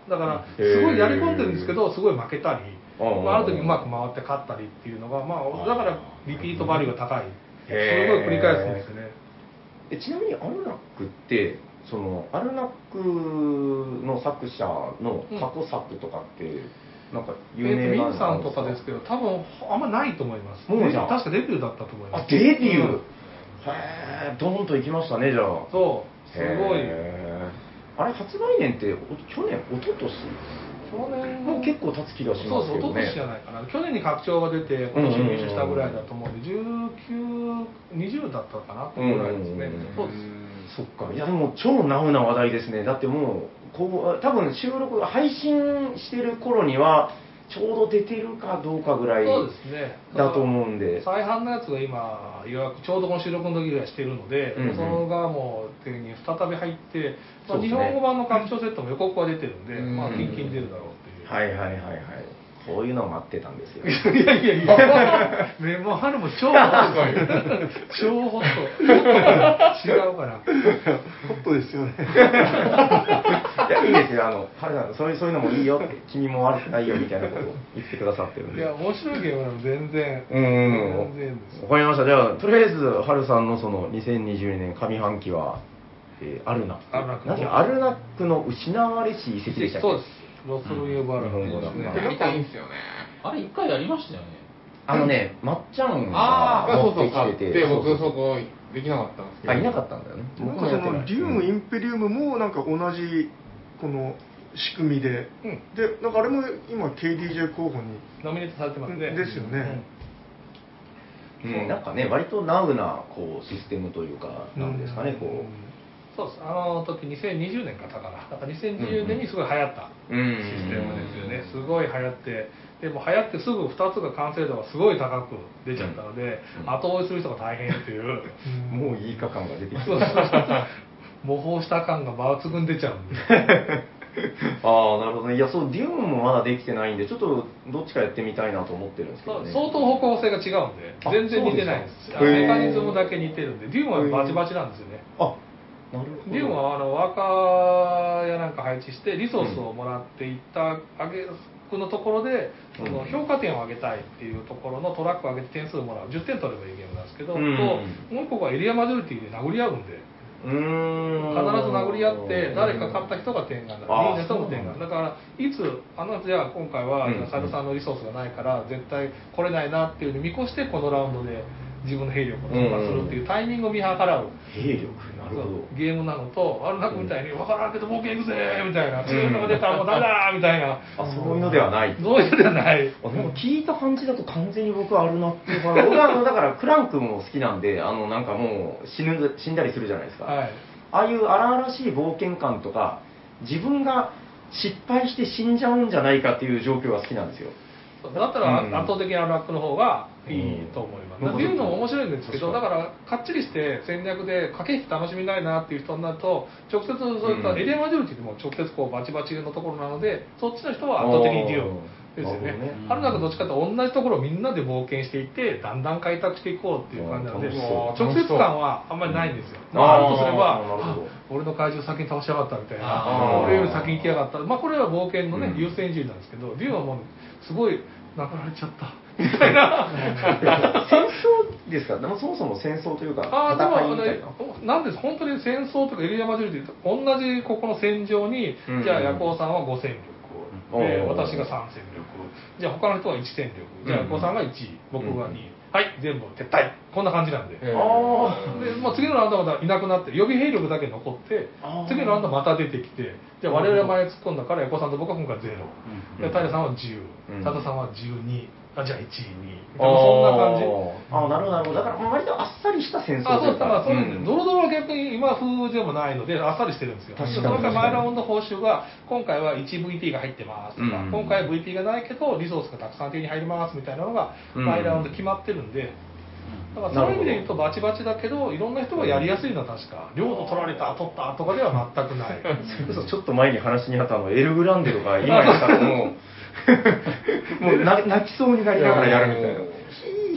[SPEAKER 5] だから
[SPEAKER 4] へー
[SPEAKER 5] すごいやり込んでるんですけどすごい負けたり、
[SPEAKER 4] あー
[SPEAKER 5] まあ、ある時うまく回って勝ったりっていうのが、まあ、だからリピートバリューが高い、す
[SPEAKER 4] へー
[SPEAKER 5] ごい繰り返すんですよね。
[SPEAKER 4] えちなみにアルナックってそのアルナックの作者の過去作とかって、なんか有
[SPEAKER 5] えー、と
[SPEAKER 4] 名なの
[SPEAKER 5] ミンさんと
[SPEAKER 4] あるです
[SPEAKER 5] かですけど、多分あんまないと思います。
[SPEAKER 4] もうじゃあ
[SPEAKER 5] 確かデビューだったと思います。
[SPEAKER 4] あデビュー、
[SPEAKER 5] うん
[SPEAKER 4] へえドーンと行きましたねじゃあ。
[SPEAKER 5] そう、すごい。
[SPEAKER 4] へーあれ発売年ってお去年一昨年
[SPEAKER 5] 去年
[SPEAKER 4] もう結構経つ気がし
[SPEAKER 5] そうそう、
[SPEAKER 4] ますけどね。
[SPEAKER 5] 一昨年じゃないかな。去年に拡張が出て、今年入手したぐらいだと思うんで、じゅうきゅう、にじゅうだったかなっていうぐらいですね
[SPEAKER 4] うん。
[SPEAKER 5] そうです。
[SPEAKER 4] そっか。いやでも超ナウな話題ですね。だってもうこう多分収録配信してる頃にはちょうど出てるかどうかぐらい
[SPEAKER 5] そうですね。
[SPEAKER 4] だと思うんで。
[SPEAKER 5] 再販のやつが今予約ちょうどこの収録の時ぐらいしてるので、
[SPEAKER 4] うんうん
[SPEAKER 5] そのがもう手に再び入って、まあ、
[SPEAKER 4] そうですね
[SPEAKER 5] 日本語版の拡張セットも予告は出てるんで、
[SPEAKER 2] うん
[SPEAKER 5] まあ近々出るだろうっていう。
[SPEAKER 4] はいはいはいはい。こういうのを待ってたんですよ。
[SPEAKER 5] いやいやいや、メモハルも超ホット、超ホット、違うかな。
[SPEAKER 3] ホットですよね。
[SPEAKER 4] いやいいですよ。あの春さんそういうそういうのもいいよって君も悪くないよみたいなことを言ってくださってるんで。
[SPEAKER 5] いや、面白いゲームなの全然。
[SPEAKER 4] うん
[SPEAKER 5] 全然です。
[SPEAKER 4] わかりました。じゃあ、とりあえず、ハルさんのそのにせんにじゅうにねん上半期は、えーアルナック。
[SPEAKER 5] アルナック
[SPEAKER 4] なんていうかアルナックの失われし遺跡でしたっけ？
[SPEAKER 5] そうです。ロストルユーバーラ
[SPEAKER 4] 日本語だ
[SPEAKER 5] ですね。
[SPEAKER 2] やりたいんですよね。
[SPEAKER 1] あれ一回やりましたよね。
[SPEAKER 4] あのね、まっちゃん
[SPEAKER 2] ああ、
[SPEAKER 4] が持って
[SPEAKER 2] そうそう、買
[SPEAKER 4] きてて。
[SPEAKER 2] って、僕
[SPEAKER 4] そうそう
[SPEAKER 2] そこできなかったんですけど。
[SPEAKER 4] あ、いなかったんだよね。
[SPEAKER 3] なん
[SPEAKER 4] 僕もやってない
[SPEAKER 3] かそのデュームインペリウムもなんか同じこの仕組みで、
[SPEAKER 5] うん
[SPEAKER 3] でなんかあれも今 ケーディージェー 候補に
[SPEAKER 5] ノミネートされてますね。
[SPEAKER 3] ですよね
[SPEAKER 4] うん、なんかね、割とナウなこうシステムというか、なんですかね、こう。
[SPEAKER 5] そうです。あの時にせんにじゅうねんかだから、だからにせんにじゅうねんにすごい流行った
[SPEAKER 4] うん
[SPEAKER 5] システムですよね。すごい流行って、でも流行ってすぐふたつが完成度がすごい高く出ちゃったので、
[SPEAKER 4] うん
[SPEAKER 5] 後追いする人が大変っていう。
[SPEAKER 4] もういいか感が出てきて
[SPEAKER 5] そうそうそう模倣した感が抜群出ちゃうんで。
[SPEAKER 4] ああ、なるほどね。いや、そう、デューンもまだできてないんで、ちょっとどっちかやってみたいなと思ってるんですけどね。
[SPEAKER 5] 相当方向性が違うんで、
[SPEAKER 4] あ
[SPEAKER 5] 全然似てないです。
[SPEAKER 4] そうですか
[SPEAKER 5] メカニズムだけ似てるんで、デューンはバチバチなんですよね。
[SPEAKER 4] あ、なるほど。
[SPEAKER 5] デューンはあのワーカーやなんか配置してリソースをもらっていったあげくのところで、その評価点を上げたいっていうところのトラックを上げて点数をもらうじゅってん取ればいいゲームなんですけど、
[SPEAKER 4] うん
[SPEAKER 5] ともう一個がエリアマジョリティで殴り合うんで。
[SPEAKER 4] うーん
[SPEAKER 5] 必ず殴り合って誰か勝った人が点がなる、
[SPEAKER 4] あー
[SPEAKER 5] いいねとも点がなる。だからいつあのじゃあ今回は
[SPEAKER 4] うん
[SPEAKER 5] じゃあ斉藤さんのリソースがないから絶対来れないなっていうのを見越してこのラウンドで自分の兵力を突破するっていうタイミングを見計らう。
[SPEAKER 4] 兵力、なるほど。
[SPEAKER 5] ゲームなのと、あるなくみたいに、分からんけど冒険行くぜみたいな、強いのが出たらもうダメだみたいな、
[SPEAKER 4] あ、そういうのではない。
[SPEAKER 5] そういうのではない。
[SPEAKER 4] あでも聞いた感じだと完全に僕はあるなっていうか、僕はあのだからクランクも好きなんで、あのなんかもう死ぬ死んだりするじゃないですか。
[SPEAKER 5] はい。
[SPEAKER 4] ああいう荒々しい冒険感とか、自分が失敗して死んじゃうんじゃないかっていう状況が好きなんですよ。
[SPEAKER 5] だったら
[SPEAKER 4] うん
[SPEAKER 5] 圧倒的なラックの方がいいと思います。
[SPEAKER 4] うん
[SPEAKER 5] っていうのも面白いんですけど、だ
[SPEAKER 4] 確
[SPEAKER 5] からかっちりして戦略で駆け引き楽しみないなっていう人になると、直接そういったエリアマジョリティでも直接こうバチバチのところなので、そっちの人は圧倒的にデューンですよね
[SPEAKER 4] なるほどね。
[SPEAKER 5] 春菜がどっちかというと同じところをみんなで冒険していって、だんだん開拓していこうっていう感じなので、
[SPEAKER 4] 楽しそう
[SPEAKER 5] 直接感はあんまりないんですよ。
[SPEAKER 4] うん
[SPEAKER 5] あるとすれば、
[SPEAKER 4] あーなるほど
[SPEAKER 5] あ俺の怪獣先に倒しやがったみたいな、
[SPEAKER 1] あー
[SPEAKER 5] 俺より先に行きやがった。まあこれは冒険のね、
[SPEAKER 4] うん
[SPEAKER 5] 優先順位なんですけど、デューンはもうすごい殴られちゃったみたいな。
[SPEAKER 4] 戦争ですか？でもそもそも戦争というか
[SPEAKER 5] あーでも
[SPEAKER 4] 戦いみたいな。
[SPEAKER 5] あのなんです本当に戦争とかエリアマジョリティと同じここの戦場に、
[SPEAKER 4] うん
[SPEAKER 5] じゃあ夜行さんはご戦力で
[SPEAKER 4] おー
[SPEAKER 5] 私がさん戦力じゃあ他の人はいち戦力じゃあ夜行さんがいちい僕がにい、はい全部撤退こんな感じなんで。
[SPEAKER 2] えー
[SPEAKER 4] あ
[SPEAKER 5] でまあ、次のラウンドはまだいなくなって予備兵力だけ残って
[SPEAKER 4] あー
[SPEAKER 5] 次のラウンドまた出てきてじゃあ我々は前突っ込んだから横さんと僕は今回ゼロ、
[SPEAKER 4] うん
[SPEAKER 5] で平さんはじゅう
[SPEAKER 4] うん
[SPEAKER 5] 佐田さんはじゅうにあじゃあいちいにそんな感じ。
[SPEAKER 4] ああ、なるほど、なるほど。だから、割とあっさりした戦争
[SPEAKER 5] あそうですだからそう
[SPEAKER 4] うん
[SPEAKER 5] ドロドロは逆に今風でもないのであっさりしてるんですよ。
[SPEAKER 4] 確かに
[SPEAKER 5] その代わり前ラウンド報酬が今回は いちブイピー が入ってますとか、
[SPEAKER 4] うん
[SPEAKER 5] 今回は ブイピー がないけどリソースがたくさん手に入りますみたいなのが
[SPEAKER 4] うん
[SPEAKER 5] 前ラウンド決まってるんで、だからそういう意味で言うとバチバチだけどいろんな人がやりやすいのは確か領土取られた取ったとかでは全くない。
[SPEAKER 4] それこそちょっと前に話にあったあのエルグランデとか今やったらもうもうな泣きそうになりながらやるみたいな。ヒーヒーって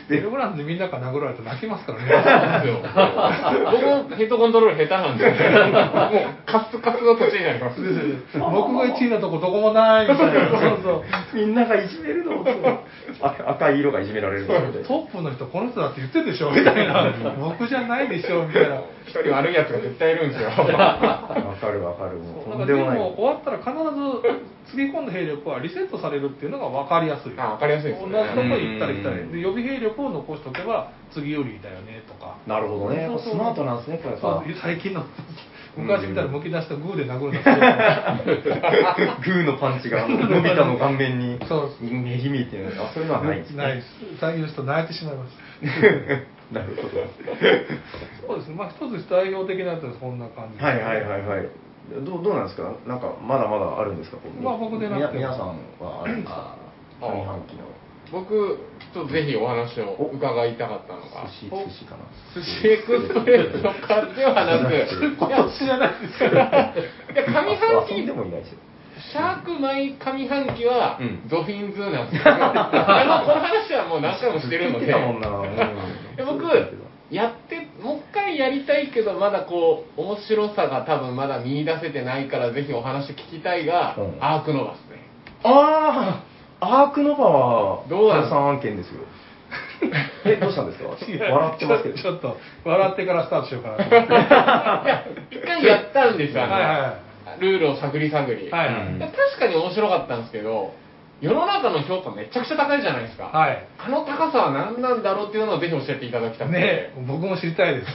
[SPEAKER 5] ベルグランドでみんなから殴られて泣きますからね。
[SPEAKER 2] 僕もヘッドコントロール下手なんで、もうカスカスの土地になります。
[SPEAKER 5] 僕がいちいなとこどこもないみたいな。そうそう。
[SPEAKER 4] みんながいじめるのあ赤い色がいじめられるので。
[SPEAKER 5] トップの人この人だって言ってるでしょみたいな。僕じゃないでしょみたいな。
[SPEAKER 2] 一人悪いやつが絶対いるんですよ。
[SPEAKER 4] わかるわかる。もうとんでもない。
[SPEAKER 5] でも終わったら必ずつぎ込んだ兵力はリセットされるっていうのが分かりやすい。
[SPEAKER 2] あ、分かりやすいですね。
[SPEAKER 5] 同じとこ行ったり来たりで予備兵力を残しておけば次よりだよねとか。
[SPEAKER 4] なるほどね。スマートなんですねこれ
[SPEAKER 5] そう最近の昔みたいなむき出したグーで殴るのが
[SPEAKER 4] グーのパンチがのび太の顔面に
[SPEAKER 5] そう
[SPEAKER 4] めりみっていうのはそういうのはないですね。
[SPEAKER 5] ないです。最近の人泣いてしまいます。
[SPEAKER 4] なるほど。
[SPEAKER 5] そうですね。まあ一つ代表的なやつはそんな感じです。
[SPEAKER 4] はいはいはいはい。どうどうなんですか。なんかまだまだあるんですか。
[SPEAKER 5] まあ僕でなくても
[SPEAKER 4] 皆さんはあるんですか。上半期の。
[SPEAKER 2] 僕ちょっとぜひお話を伺いたかったのが、
[SPEAKER 4] 寿司寿司かな。
[SPEAKER 2] 寿司エクスプレスとかではなく、
[SPEAKER 5] 今年じゃないですか。
[SPEAKER 2] いや上半期
[SPEAKER 4] でもいないですよ。
[SPEAKER 2] シャーク毎上半期は
[SPEAKER 4] うん
[SPEAKER 2] ゾフィンズなんですけど、あのこの話はもう何回もしてるので、
[SPEAKER 4] 言ってたもんな。
[SPEAKER 2] で僕やってもう一回やりたいけどまだこう面白さが多分まだ見出せてないからぜひお話聞きたいが、
[SPEAKER 4] うん
[SPEAKER 2] アークノバですね。
[SPEAKER 4] ああ、アークノバは
[SPEAKER 2] どうなん
[SPEAKER 4] さん案件ですよ。え、どうしたんですか。笑ってますけど。
[SPEAKER 5] ちょっと笑ってからスタートしようかなと思って。
[SPEAKER 2] いや一回やったんですよ、あの
[SPEAKER 5] はいは
[SPEAKER 2] ルールを探り探り、
[SPEAKER 5] はいはい
[SPEAKER 2] いや確かに面白かったんですけど世の中の評価めちゃくちゃ高いじゃないですか、
[SPEAKER 5] はい
[SPEAKER 2] あの高さは何なんだろうっていうのをぜひ教えていただきたくて、
[SPEAKER 5] ね僕も知りたいです。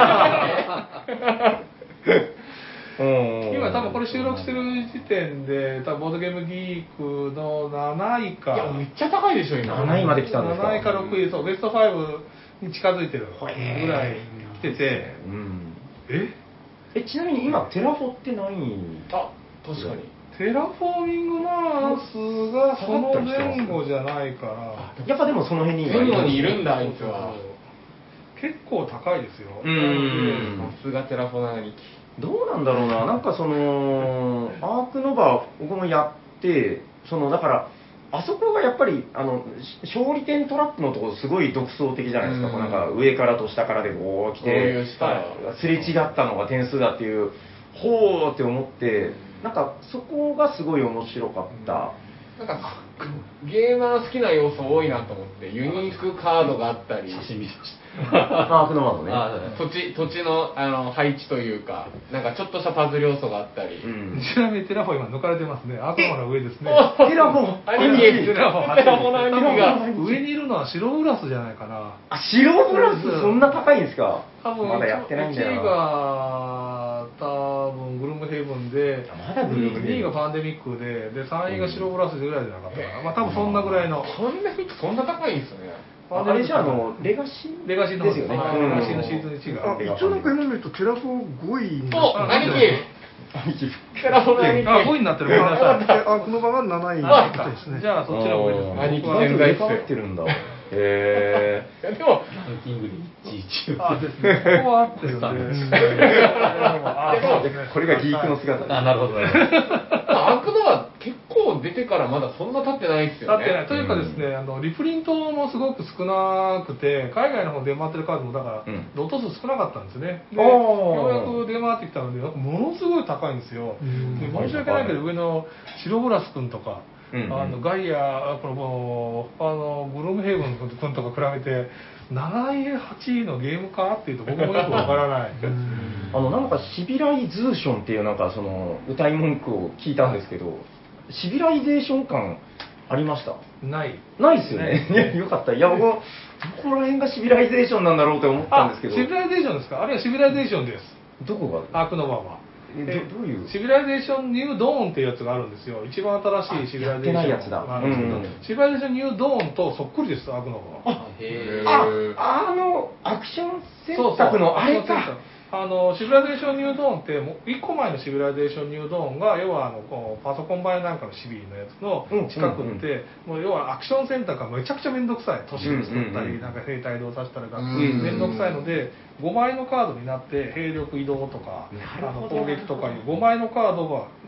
[SPEAKER 5] 今多分これ収録してる時点で多分ボードゲームギークのなないか
[SPEAKER 2] いやめっちゃ高いでしょ今。
[SPEAKER 4] なないまで来たんですか。
[SPEAKER 5] なないかろくい、そうベストごに近づいてるぐらい来てて、
[SPEAKER 4] うん。
[SPEAKER 5] え
[SPEAKER 4] え、ちなみに今テラフォって何位？
[SPEAKER 2] あ確かに
[SPEAKER 5] テラフォーミングマースがその前後じゃないから
[SPEAKER 4] やっぱでもその辺に
[SPEAKER 2] 前後にいるんだあいつは。
[SPEAKER 5] 結構高いですよ。
[SPEAKER 4] うん
[SPEAKER 2] さすがテラフォナ兄貴。
[SPEAKER 4] どうなんだろうな、なんかそのアークノバ僕もやってそのだからあそこがやっぱりあのし勝利点トラップのところすごい独創的じゃないですか、
[SPEAKER 2] うん
[SPEAKER 4] こうなんか上からと下からでこう来
[SPEAKER 2] こういう
[SPEAKER 4] て
[SPEAKER 2] 下
[SPEAKER 4] すれ違ったのが点数だっていうほーって思ってなんかそこがすごい面白かった。
[SPEAKER 2] なんかゲーマー好きな要素多いなと思ってユニークカードがあったり
[SPEAKER 1] 写真見てました。
[SPEAKER 4] アークノバのね。
[SPEAKER 1] あ
[SPEAKER 2] 土地土地のあの配置というかなんかちょっとしたパズル要素があったり、
[SPEAKER 4] うん
[SPEAKER 5] ちなみにテラフォー今抜かれてますね。アークノバの上ですね。
[SPEAKER 4] テラフォー
[SPEAKER 2] 兄貴
[SPEAKER 5] テラフォー
[SPEAKER 2] テラフォの兄貴が
[SPEAKER 5] 上にいるのは白ブラスじゃないかな。
[SPEAKER 4] あ、白ブラスそんな高いんですか。
[SPEAKER 5] 多分
[SPEAKER 4] まだやってないんだよ
[SPEAKER 5] いちい
[SPEAKER 4] な。
[SPEAKER 5] が多分グルムヘイブンで
[SPEAKER 4] あまだグルムヘイブン
[SPEAKER 5] にいがパンデミックででさんいが白ブラスぐらいじゃなかったかな。まあ多分そんなぐらいの。
[SPEAKER 2] そんなにそんな高いんですね。
[SPEAKER 4] あれじゃあ、あの、レガシー
[SPEAKER 5] レガシーの方
[SPEAKER 4] ですよね。
[SPEAKER 5] はい
[SPEAKER 4] うん
[SPEAKER 5] レガシーのシーズンいちが。
[SPEAKER 3] あ一応なんか今見るとテラフォーごいにな
[SPEAKER 2] お
[SPEAKER 3] って
[SPEAKER 2] 兄貴テラフォの兄貴
[SPEAKER 5] あ、ごいになってる。ごめんなさい。
[SPEAKER 3] あこの場がなないみ
[SPEAKER 5] あ
[SPEAKER 3] たいですね。
[SPEAKER 5] じゃあそっちの方がいいですね。
[SPEAKER 2] 兄貴
[SPEAKER 5] 僕は
[SPEAKER 2] 健在っすよ
[SPEAKER 4] 入れ替わってるんだ。へ
[SPEAKER 2] いやでも
[SPEAKER 1] ランキングでいちいち。
[SPEAKER 5] あですね。ここは合ってるんで。あそうですね
[SPEAKER 4] ーこれがギークの姿
[SPEAKER 1] あ、なるほど。なるほど
[SPEAKER 2] アークノは結構出てからまだそんな経ってないですよね。
[SPEAKER 5] だってね、というかですね、あのリプリントもすごく少なくて、海外の方で出回ってるカードもだから、
[SPEAKER 4] うん
[SPEAKER 5] ロット数少なかったんですね。で、
[SPEAKER 4] あー
[SPEAKER 5] ようやく出回ってきたので、ものすごい高いんですよ。
[SPEAKER 3] うん
[SPEAKER 5] で申し訳ないけど、上の白ブラス君とか、
[SPEAKER 4] うんうん
[SPEAKER 5] あのガイア、このあのグルムヘイブン君とか比べて、なないはちいのゲームかっていうと僕もよくわからない。
[SPEAKER 4] あの、なんかシビライズーションっていうなんかその歌い文句を聞いたんですけど、シビライゼーション感ありました？
[SPEAKER 5] ない。
[SPEAKER 4] ないですよね。いや、よかった。いや、僕も、どこら辺がシビライゼーションなんだろうって思ったんですけど、
[SPEAKER 5] シビライゼーションですか？あるいはシビライゼーションです。
[SPEAKER 4] どこが
[SPEAKER 5] アークノバは。
[SPEAKER 4] えどどういう
[SPEAKER 5] シビライゼーションニュードーンっていうやつがあるんですよ。一番新しいシビライゼーション
[SPEAKER 4] あやってないやつだ
[SPEAKER 5] があるんですけど、
[SPEAKER 4] うん
[SPEAKER 5] シビライゼーションニュードーンとそっくりです、アークノバは。
[SPEAKER 1] あ、へ
[SPEAKER 4] あ
[SPEAKER 1] ー、
[SPEAKER 4] あの、アクション選
[SPEAKER 5] そうそう
[SPEAKER 4] 択のあれ
[SPEAKER 5] そうそう
[SPEAKER 4] か。
[SPEAKER 5] あのシビライゼーションニュードーンってもういっこまえのシビライゼーションニュードーンが要はあのこうパソコン版なんかのシビのやつの
[SPEAKER 4] うん
[SPEAKER 5] 近くって、もう要はアクション選択がめちゃくちゃ面倒くさい都市を作ったり、
[SPEAKER 4] うんうんうん
[SPEAKER 5] なんか兵隊移動させたりが
[SPEAKER 2] うん
[SPEAKER 5] 面倒くさいのでごまいのカードになって兵力移動とか
[SPEAKER 4] なる
[SPEAKER 5] あの
[SPEAKER 4] ほど
[SPEAKER 5] 攻撃とかいうごまいのカードが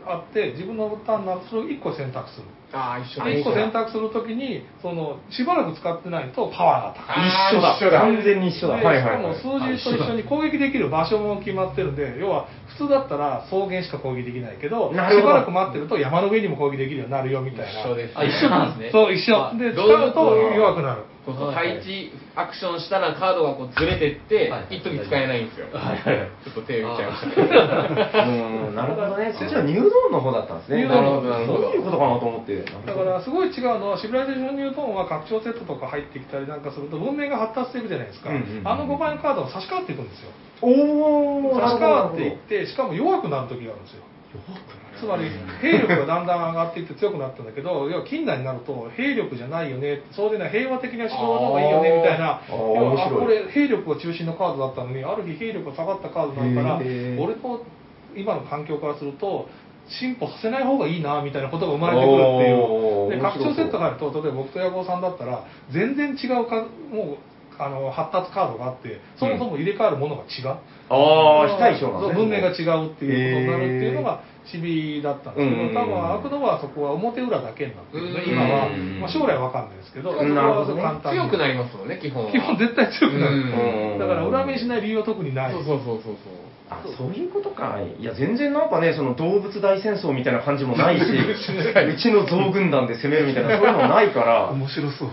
[SPEAKER 5] あって自分のターンになるとそれをいっこ選択する。
[SPEAKER 2] ああ、一緒だ。
[SPEAKER 5] いっこ選択するときにそのしばらく使ってないとパワーが高い。
[SPEAKER 2] あー
[SPEAKER 4] 一緒だ
[SPEAKER 2] 一緒だ
[SPEAKER 4] 完全に一緒だ。
[SPEAKER 5] で
[SPEAKER 4] はいはいはい。
[SPEAKER 5] しかも数字と一緒に攻撃できる場所も決まってるんで、要は普通だったら草原しか攻撃できないけど、
[SPEAKER 4] なるほど
[SPEAKER 5] しばらく待ってると山の上にも攻撃できるようになるよみたいな。
[SPEAKER 2] 一緒です。
[SPEAKER 1] あ、一緒なんですね。
[SPEAKER 5] そう、一緒。で、使うと弱くなる。
[SPEAKER 2] そうそう、配置アクションしたらカードがこうずれてって
[SPEAKER 1] はい
[SPEAKER 2] 一時使えないんですよ。
[SPEAKER 1] はいはいはい
[SPEAKER 2] ちょっと手打っちゃいましたけど。
[SPEAKER 4] うん、なるほどね。そっちはニュードーンの方だったんですね。
[SPEAKER 5] ニュードーンの方
[SPEAKER 2] なるほど
[SPEAKER 4] そういうことかなと思って。
[SPEAKER 5] だからすごい違うのはシビライゼーションニュートーンは拡張セットとか入ってきたりなんかすると文明が発達していくじゃないですか、
[SPEAKER 4] うんうんうん
[SPEAKER 5] あのごばいのカードが差し替わっていくんですよ。
[SPEAKER 4] おー、
[SPEAKER 5] 差し替わってい
[SPEAKER 4] なる
[SPEAKER 5] ってしかも弱くなる時があるんですよ。つまり兵力がだんだん上がっていって強くなったんだけど、要は近代になると兵力じゃないよね、そうでない平和的な指導の方がいいよねみたいな、
[SPEAKER 4] あー
[SPEAKER 5] 要はあ
[SPEAKER 4] 面白い
[SPEAKER 5] これ兵力が中心のカードだったのにある日兵力が下がったカードになったら
[SPEAKER 4] へー
[SPEAKER 5] 俺の今の環境からすると進歩させない方がいいなみたいなことが生まれてくるっていう。で
[SPEAKER 4] おー面白そう
[SPEAKER 5] 拡張セットがあると例えば僕と矢後さんだったら全然違うかもうあの発達カードがあってそもそも入れ替わるものが違う、
[SPEAKER 4] あー、非対称なんですね。
[SPEAKER 5] そう文明が違うっていうことになるっていうのがチビだったんですけど、
[SPEAKER 4] うんうんうん
[SPEAKER 5] 多分アクドはそこは表裏だけになってるね、
[SPEAKER 2] うん
[SPEAKER 5] 今は、
[SPEAKER 4] うん
[SPEAKER 5] まあ、将来は分かんないですけど、
[SPEAKER 4] うん
[SPEAKER 5] そこは
[SPEAKER 4] なるほどね
[SPEAKER 5] 簡単に
[SPEAKER 2] 強くなりますもんね、基本は。
[SPEAKER 5] 基本絶対強くなる、
[SPEAKER 2] うん
[SPEAKER 5] だから裏目にしない理由は特にない。
[SPEAKER 2] そうそうそうそうそう。
[SPEAKER 4] あ、そういうことか。いや、全然なんかね、その動物大戦争みたいな感じもないし、うちの象軍団で攻めるみたいな、そういうのもないから。
[SPEAKER 3] 面白そう。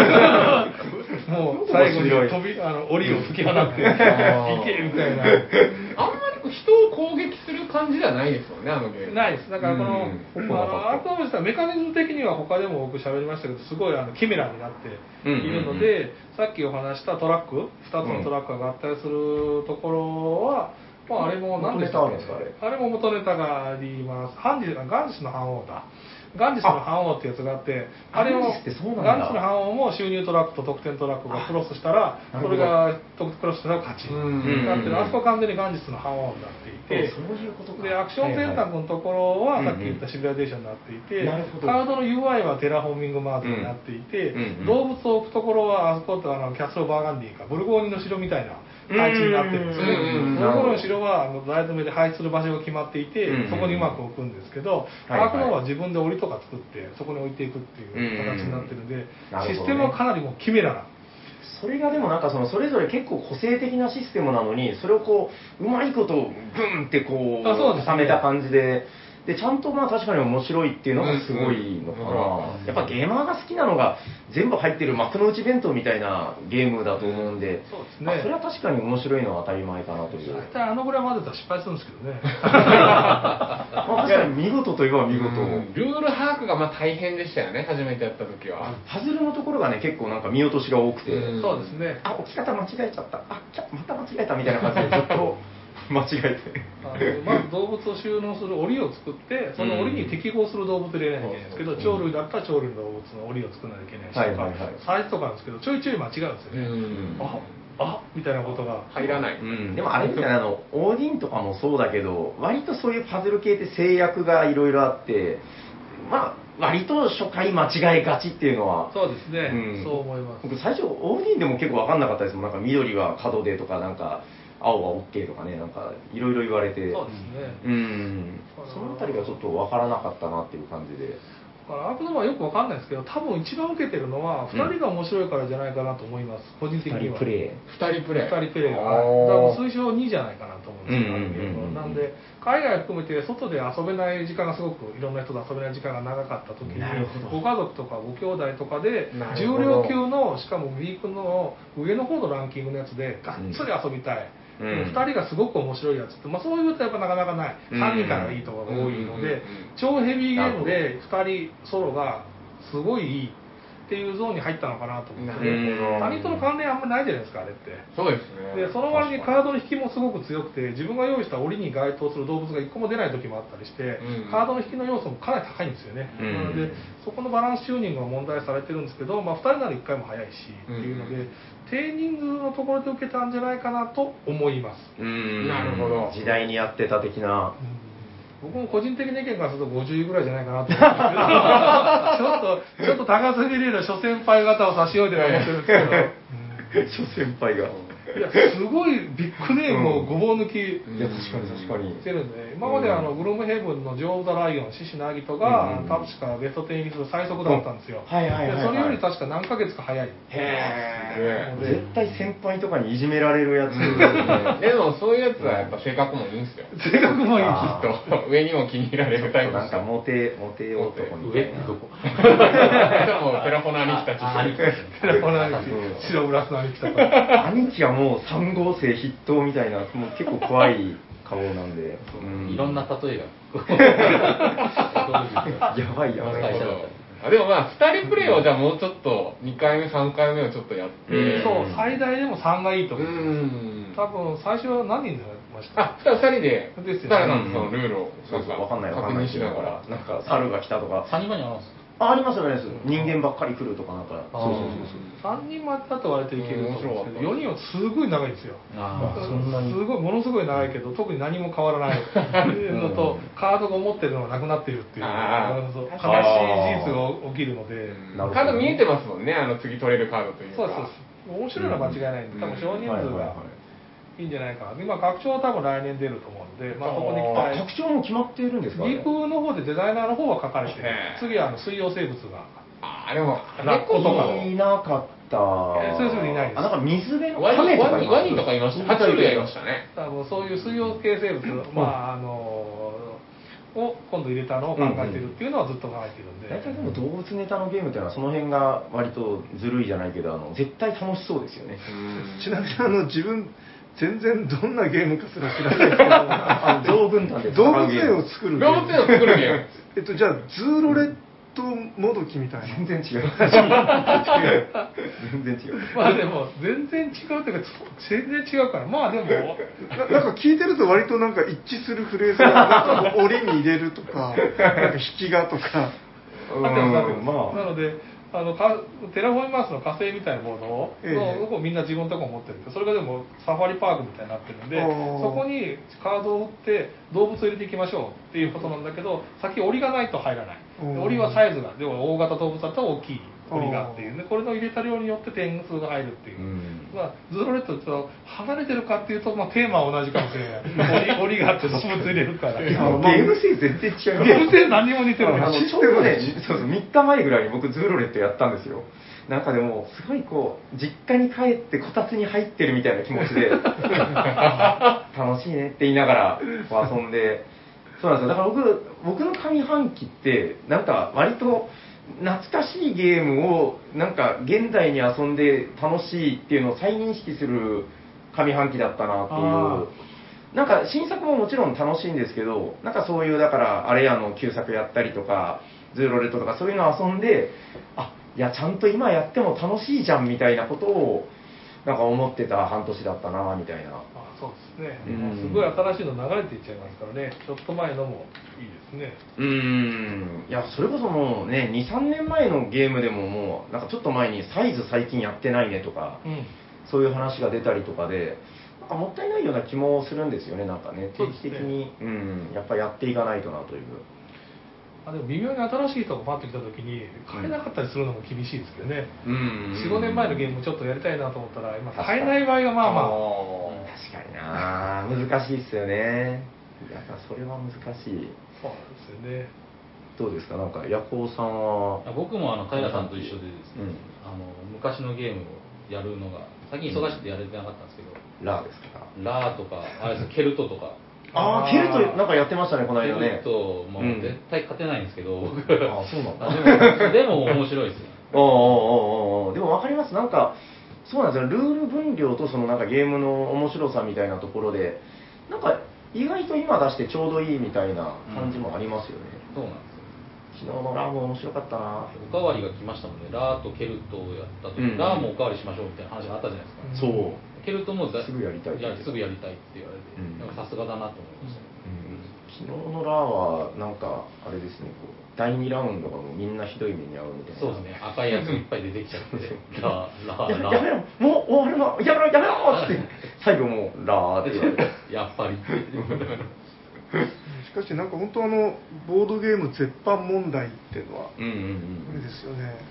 [SPEAKER 5] もう最後に飛びあの檻を突き放って行けみたいな。
[SPEAKER 2] あんまりこう人を攻撃する感じではないですもんね、あのゲーム。
[SPEAKER 5] ないです。だからこの、
[SPEAKER 2] うん
[SPEAKER 5] あのアートモンスターメカニズム的には他でも僕喋りましたけど、すごいあのキメラになっているので、さっきお話したトラック、ふたつのトラックが合体するところは、まああれも何でしたっけ、
[SPEAKER 4] 元ネタあるんですかあれ
[SPEAKER 5] あれも元ネタがあります。ハンジガンジスの反王だ。ガンジスの反王ってやつがあって、あれを
[SPEAKER 4] ガンジスってそうなんだ
[SPEAKER 5] ガンジスの反王も収入トラックと得点トラックがクロスしたら、それがクロスしたら勝ち。
[SPEAKER 2] うん
[SPEAKER 5] だってあそこは完全にガンジスの反王になっていて、
[SPEAKER 4] そういうことか。
[SPEAKER 5] でアクション選択のところはさっき言ったシビライゼーションになっていて、
[SPEAKER 4] なるほど
[SPEAKER 5] カードの ユーアイ はテラフォーミングマークになっていて、
[SPEAKER 4] うんうんうん
[SPEAKER 5] 動物を置くところはあそこってあのキャッスルバーガンディかブルゴーニュの城みたいな配置になってるんですよね。
[SPEAKER 2] うん
[SPEAKER 5] ブルゴーニュの城はあの大詰めで配置する場所が決まっていて、
[SPEAKER 4] うんうん
[SPEAKER 5] そこにうまく置くんですけど、
[SPEAKER 4] はいはい
[SPEAKER 5] アークノーは自分で檻とか作ってそこに置いていくっていう形になってるんで、
[SPEAKER 4] なるほどね
[SPEAKER 5] システムはかなりもうキメラな。
[SPEAKER 4] それがでもなんかそのそれぞれ結構個性的なシステムなのに、それをこううまいことグンってこう
[SPEAKER 5] あそうですね
[SPEAKER 4] 固めた感じで、でちゃんとまあ確かに面白いっていうのがすごいのかな。やっぱゲーマーが好きなのが全部入ってる幕の内弁当みたいなゲームだと思うんで、
[SPEAKER 5] そうですね
[SPEAKER 4] まあそれは確かに面白いのは当たり前かなという。
[SPEAKER 5] 大体あのぐらい混ぜたら失敗するんですけどね。
[SPEAKER 4] まあ確かに見事といえば見事。
[SPEAKER 2] うんルール把握がまあ大変でしたよね、初めてやった時は。
[SPEAKER 4] パズルのところがね結構なんか見落としが多くて、
[SPEAKER 2] うん
[SPEAKER 5] そうですね。
[SPEAKER 4] あ、置き方間違えちゃった、あ、ちゃまた間違えたみたいな感じでずっと間違えて。
[SPEAKER 5] あのまず動物を収納する檻を作ってその檻に適合する動物を入れないといけないんですけど、
[SPEAKER 2] うん
[SPEAKER 5] 鳥類だったら鳥類の動物の檻を作らなきゃいけないしとか、
[SPEAKER 4] はいはいはい
[SPEAKER 5] サイズとかなんですけどちょいちょい間違うんですよ
[SPEAKER 2] う
[SPEAKER 5] ね、
[SPEAKER 2] ん
[SPEAKER 5] ああみたいなことが
[SPEAKER 2] 入らない。
[SPEAKER 4] うん、でもあれみたいなあのオーディンとかもそうだけど、割とそういうパズル系って制約がいろいろあって、まあ割と初回間違えがちっていうのは。
[SPEAKER 5] そうですね、
[SPEAKER 4] うん
[SPEAKER 5] そう思います。
[SPEAKER 4] 僕最初オーディンでも結構分かんなかったですもん。なんか緑は角でとか、なんか青は OK とかね、なんかいろいろ言われて、
[SPEAKER 5] そうですね、
[SPEAKER 4] うん、そのあたりがちょっと分からなかったなっていう感じで。
[SPEAKER 5] だからアークノはよくわかんないですけど多分一番受けてるのはふたりが面白いからじゃないかなと思います、個人的には。
[SPEAKER 4] プレイ。
[SPEAKER 2] ふたりプレイ。
[SPEAKER 5] ふたりプレイが、
[SPEAKER 2] あ
[SPEAKER 5] はい、
[SPEAKER 2] ー
[SPEAKER 5] だからもう推奨にじゃないかなと思うんですよ、
[SPEAKER 4] うんうんうんうん
[SPEAKER 5] なんで海外含めて外で遊べない時間がすごくいろんな人と遊べない時間が長かった時に
[SPEAKER 4] なるほど
[SPEAKER 5] ご家族とかご兄弟とかで
[SPEAKER 2] なる
[SPEAKER 5] 重
[SPEAKER 2] ほど
[SPEAKER 5] 量級のしかもウィークの上の方のランキングのやつでがっつり遊びたい、
[SPEAKER 4] うん
[SPEAKER 5] でもふたりがすごく面白いやつって、まあ、そういうことはやっぱなかなかない、
[SPEAKER 4] うん
[SPEAKER 5] さんにんからいいとかが多いので、
[SPEAKER 2] うんうん
[SPEAKER 5] 超ヘビーゲームでふたりソロがすごいいいっていうゾーンに入ったのかなと思って、
[SPEAKER 2] なるほど
[SPEAKER 5] 他人との関連あんまりないじゃないですかあれって。
[SPEAKER 2] そうですね。
[SPEAKER 5] でその割にカードの引きもすごく強くて自分が用意した檻に該当する動物がいっこも出ない時もあったりして、
[SPEAKER 2] うん
[SPEAKER 5] カードの引きの要素もかなり高いんですよね、
[SPEAKER 4] うん
[SPEAKER 5] なのでそこのバランスチューニングが問題されてるんですけど、まあ、ふたりならいっかいも早いし、
[SPEAKER 2] うん
[SPEAKER 5] っていうので低人数のところで受けたんじゃないかなと思います、
[SPEAKER 4] うん
[SPEAKER 2] なるほど
[SPEAKER 4] 時代にやってた的な。
[SPEAKER 5] 僕も個人的な意見からするとごじゅういぐらいじゃないかなと思うんですけどちょっとちょっと高すぎるような諸先輩方を差し置いてると思ってるんですけど、
[SPEAKER 4] 諸先輩が。
[SPEAKER 5] いやすごいビッグネームをごぼう抜き
[SPEAKER 4] いや確かに確かに
[SPEAKER 5] してるんで、今まであのグルムヘブンのジョー・オブ・ザ・ライオン、獅子ナギトが、
[SPEAKER 4] うん
[SPEAKER 5] 確かベストテン入りする最速だったんですよ。
[SPEAKER 4] はいはいはいはい
[SPEAKER 5] でそれより確か何ヶ月か早い。
[SPEAKER 4] へえ
[SPEAKER 5] で
[SPEAKER 4] 絶対先輩とかにいじめられるやつですよね
[SPEAKER 2] でもそういうやつはやっぱ性格もいいんすよ。
[SPEAKER 5] 性格もいい。
[SPEAKER 4] あ
[SPEAKER 2] きっと上にも気に入られるタイプ
[SPEAKER 4] なんかモテモテ男みたいな
[SPEAKER 1] 上ってどこ
[SPEAKER 2] でもペラフォナ兄貴たち
[SPEAKER 1] あ兄貴たち
[SPEAKER 5] ペラフォナ兄
[SPEAKER 4] うん
[SPEAKER 5] 貴、白ブラスの兄貴とか。
[SPEAKER 4] 兄貴はもうさん号生筆頭みたいな、もう結構怖い顔なんで、うん
[SPEAKER 1] いろんな例えが
[SPEAKER 4] やばいやばい。
[SPEAKER 1] 会社だったり
[SPEAKER 2] あでもまあふたりプレイをじゃあもうちょっとにかいめさんかいめをちょっとやって、
[SPEAKER 4] うん
[SPEAKER 5] そう、最大でもさんがいいと
[SPEAKER 2] う
[SPEAKER 5] 思う。
[SPEAKER 2] ん
[SPEAKER 5] 多分最初は何人でやりました
[SPEAKER 2] あふたりで
[SPEAKER 5] ですよね
[SPEAKER 2] 誰なんですか、そのルールを
[SPEAKER 4] そうそう、わかんないわか
[SPEAKER 2] 確
[SPEAKER 4] んない
[SPEAKER 2] 認しながら
[SPEAKER 4] なんか猿が来たとか、
[SPEAKER 1] サニバにあるんです
[SPEAKER 4] あ、ありますよね、人間ばっかり来るとかなんか、
[SPEAKER 1] あー
[SPEAKER 4] そうそうそう
[SPEAKER 5] さんにんまでだと割といけると思うんですけど、
[SPEAKER 2] うん面白かった
[SPEAKER 5] よにんはすごい長いんですよ。
[SPEAKER 1] あ
[SPEAKER 4] そんなに
[SPEAKER 5] すごいものすごい長いけど特に何も変わらないのと、カードが持ってるのがなくなっているっていう
[SPEAKER 2] あー
[SPEAKER 5] そう悲しい事
[SPEAKER 4] あー
[SPEAKER 5] 実が起きるので、
[SPEAKER 4] なるほど
[SPEAKER 2] カード見えてますもんね、あの次取れるカードというか。
[SPEAKER 5] そうそうそう面白いのは間違いないんで、多分少人数
[SPEAKER 4] はいはい
[SPEAKER 5] が
[SPEAKER 4] はい
[SPEAKER 5] いいんじゃないかな。今拡張は多分来年出ると思うんで、まあ、そこに期
[SPEAKER 4] あ
[SPEAKER 5] 待。
[SPEAKER 4] 拡張も決まっているんですか？
[SPEAKER 5] リープの方でデザイナーの方は書かれてる
[SPEAKER 2] へー。
[SPEAKER 5] 次はあの水曜生物が
[SPEAKER 2] あーでも
[SPEAKER 5] ラッコとか
[SPEAKER 4] いなかった。
[SPEAKER 5] えそういう人いないです
[SPEAKER 4] あ、なんか水辺の
[SPEAKER 2] ワニ
[SPEAKER 4] 亀とか
[SPEAKER 2] ワニワニとかいました。爬虫類いましたね。
[SPEAKER 5] 多分そういう水曜系生物、まああのを今度入れたのを考えてるっていうのはずっと考えてるんで。
[SPEAKER 4] 大体でも動物ネタのゲームっていうのはその辺が割とずるいじゃないけど、あの絶対楽しそうですよね。
[SPEAKER 3] ちなみにあの自分全然どんなゲームかすら知らないですけど
[SPEAKER 4] あの象軍団で
[SPEAKER 3] 動物園を作るゲーム
[SPEAKER 2] 動物園を作るゲーム。
[SPEAKER 3] えっとじゃあズーロレットもどきみたいな
[SPEAKER 4] 全然違う。全然違う。
[SPEAKER 5] まあでも全然違うというか全然違うから、まあでも
[SPEAKER 3] ななんか聞いてると割となんか一致するフレーズがなんか折に入れるとかなんか引きがとか
[SPEAKER 4] うん
[SPEAKER 5] あってますあってます
[SPEAKER 4] まあ
[SPEAKER 5] なのであのかテラフォーミマースの火星みたいなものを、
[SPEAKER 3] ええ
[SPEAKER 5] のをみんな自分のところ持ってるんで、それがでもサファリパークみたいになってるんで、
[SPEAKER 3] あー
[SPEAKER 5] そこにカードを売って動物を入れていきましょうっていうことなんだけど、先檻がないと入らない。で
[SPEAKER 3] うん
[SPEAKER 5] 檻はサイズが、でも大型動物だったら大きい檻がっていうね、これの入れた量によって点数が入るっていう。
[SPEAKER 4] うん
[SPEAKER 5] まあ、ズーロレットと離れてるかっていうと、まあ、テーマは同じかもしれない。檻檻があって動物入れるから。
[SPEAKER 4] ゲーム性全然違う。
[SPEAKER 5] ゲーム性何にも似てる
[SPEAKER 4] あのちょうどね、そうそうみっかまえぐらいに僕ズーロレットやったんですよ。なんかでもすごいこう実家に帰ってこたつに入ってるみたいな気持ちで楽しいねって言いながらこう遊んで、そうなんですよ。だから僕僕の上半期ってなんか割と懐かしいゲームをなんか現代に遊んで楽しいっていうのを再認識する上半期だったなっていう。なんか新作ももちろん楽しいんですけど、なんかそういうだからあれやの旧作やったりとかズーロレットとかそういうのを遊んで、あ、いやちゃんと今やっても楽しいじゃんみたいなことをなんか思ってた半年だったなみたいな。
[SPEAKER 5] あそうですね、
[SPEAKER 4] うん
[SPEAKER 5] もうすごい新しいの流れていっちゃいますからね、ちょっと前のもいいですね。
[SPEAKER 4] うーん、いやそれこそもうねにさんねんまえのゲームでももうなんかちょっと前にサイズ最近やってないねとか、
[SPEAKER 5] うん
[SPEAKER 4] そういう話が出たりとかで、なんかもったいないような気もするんですよね。なんかね定期的にう、ん、やっぱやっていかないとなという。
[SPEAKER 5] あでも微妙に新しい人がパッと来た時に買えなかったりするのも厳しいですけどね、
[SPEAKER 4] うん
[SPEAKER 5] よん、ごねんまえのゲームちょっとやりたいなと思ったら今
[SPEAKER 4] 確かに
[SPEAKER 5] 買えない場合がまあまあ
[SPEAKER 4] 確かにな難しいっすよね。やっぱそれは難しい。
[SPEAKER 5] そうなんですよね。
[SPEAKER 4] どうですか、なんかヤコウさんは。
[SPEAKER 1] 僕もあの平さんと一緒でですね、
[SPEAKER 4] うん
[SPEAKER 1] あの昔のゲームをやるのが最近忙しくてやれてなかったんですけど、
[SPEAKER 4] ラーですか。
[SPEAKER 1] ラーとかあれですケルトとか
[SPEAKER 4] ああ、ケルトなんかやってましたね、この間ね。
[SPEAKER 1] ケルトも
[SPEAKER 4] うん
[SPEAKER 1] 絶対勝てないんですけど、僕
[SPEAKER 4] あそうなんだ
[SPEAKER 1] あでもでも面白いですよ。
[SPEAKER 4] おうおうおうおうでも分かります。なんかそうなんですよ。ルール分量とそのなんかゲームの面白さみたいなところでなんか意外と今出してちょうどいいみたいな感じもありますよね。
[SPEAKER 1] そうなんですよ。
[SPEAKER 4] 昨日のラーも面白かったな。
[SPEAKER 1] おかわりが来ましたもんね。ラーとケルトをやった時、
[SPEAKER 4] うん
[SPEAKER 1] ラーもおかわりしましょうみたいな話があったじゃないですか。
[SPEAKER 4] そう。
[SPEAKER 1] ケルトもだ
[SPEAKER 4] すぐやりたいって
[SPEAKER 1] やすぐやりたいって言われて、
[SPEAKER 4] うん
[SPEAKER 1] なんかさすがだなと思いましたね。
[SPEAKER 4] 昨日のラーはなんかあれですね、こうだいにラウンドがもうみんなひどい目に遭うみたいな。
[SPEAKER 1] そうですね。赤いやついっぱい出てきちゃって、ラーラーラ
[SPEAKER 4] ややめろもう終わるのやめろやめろって最後もうラーって言われて
[SPEAKER 1] ーやっぱり。
[SPEAKER 3] しかしなんか本当あのボードゲーム絶版問題っていうのは
[SPEAKER 4] うんうん
[SPEAKER 3] あれですよね。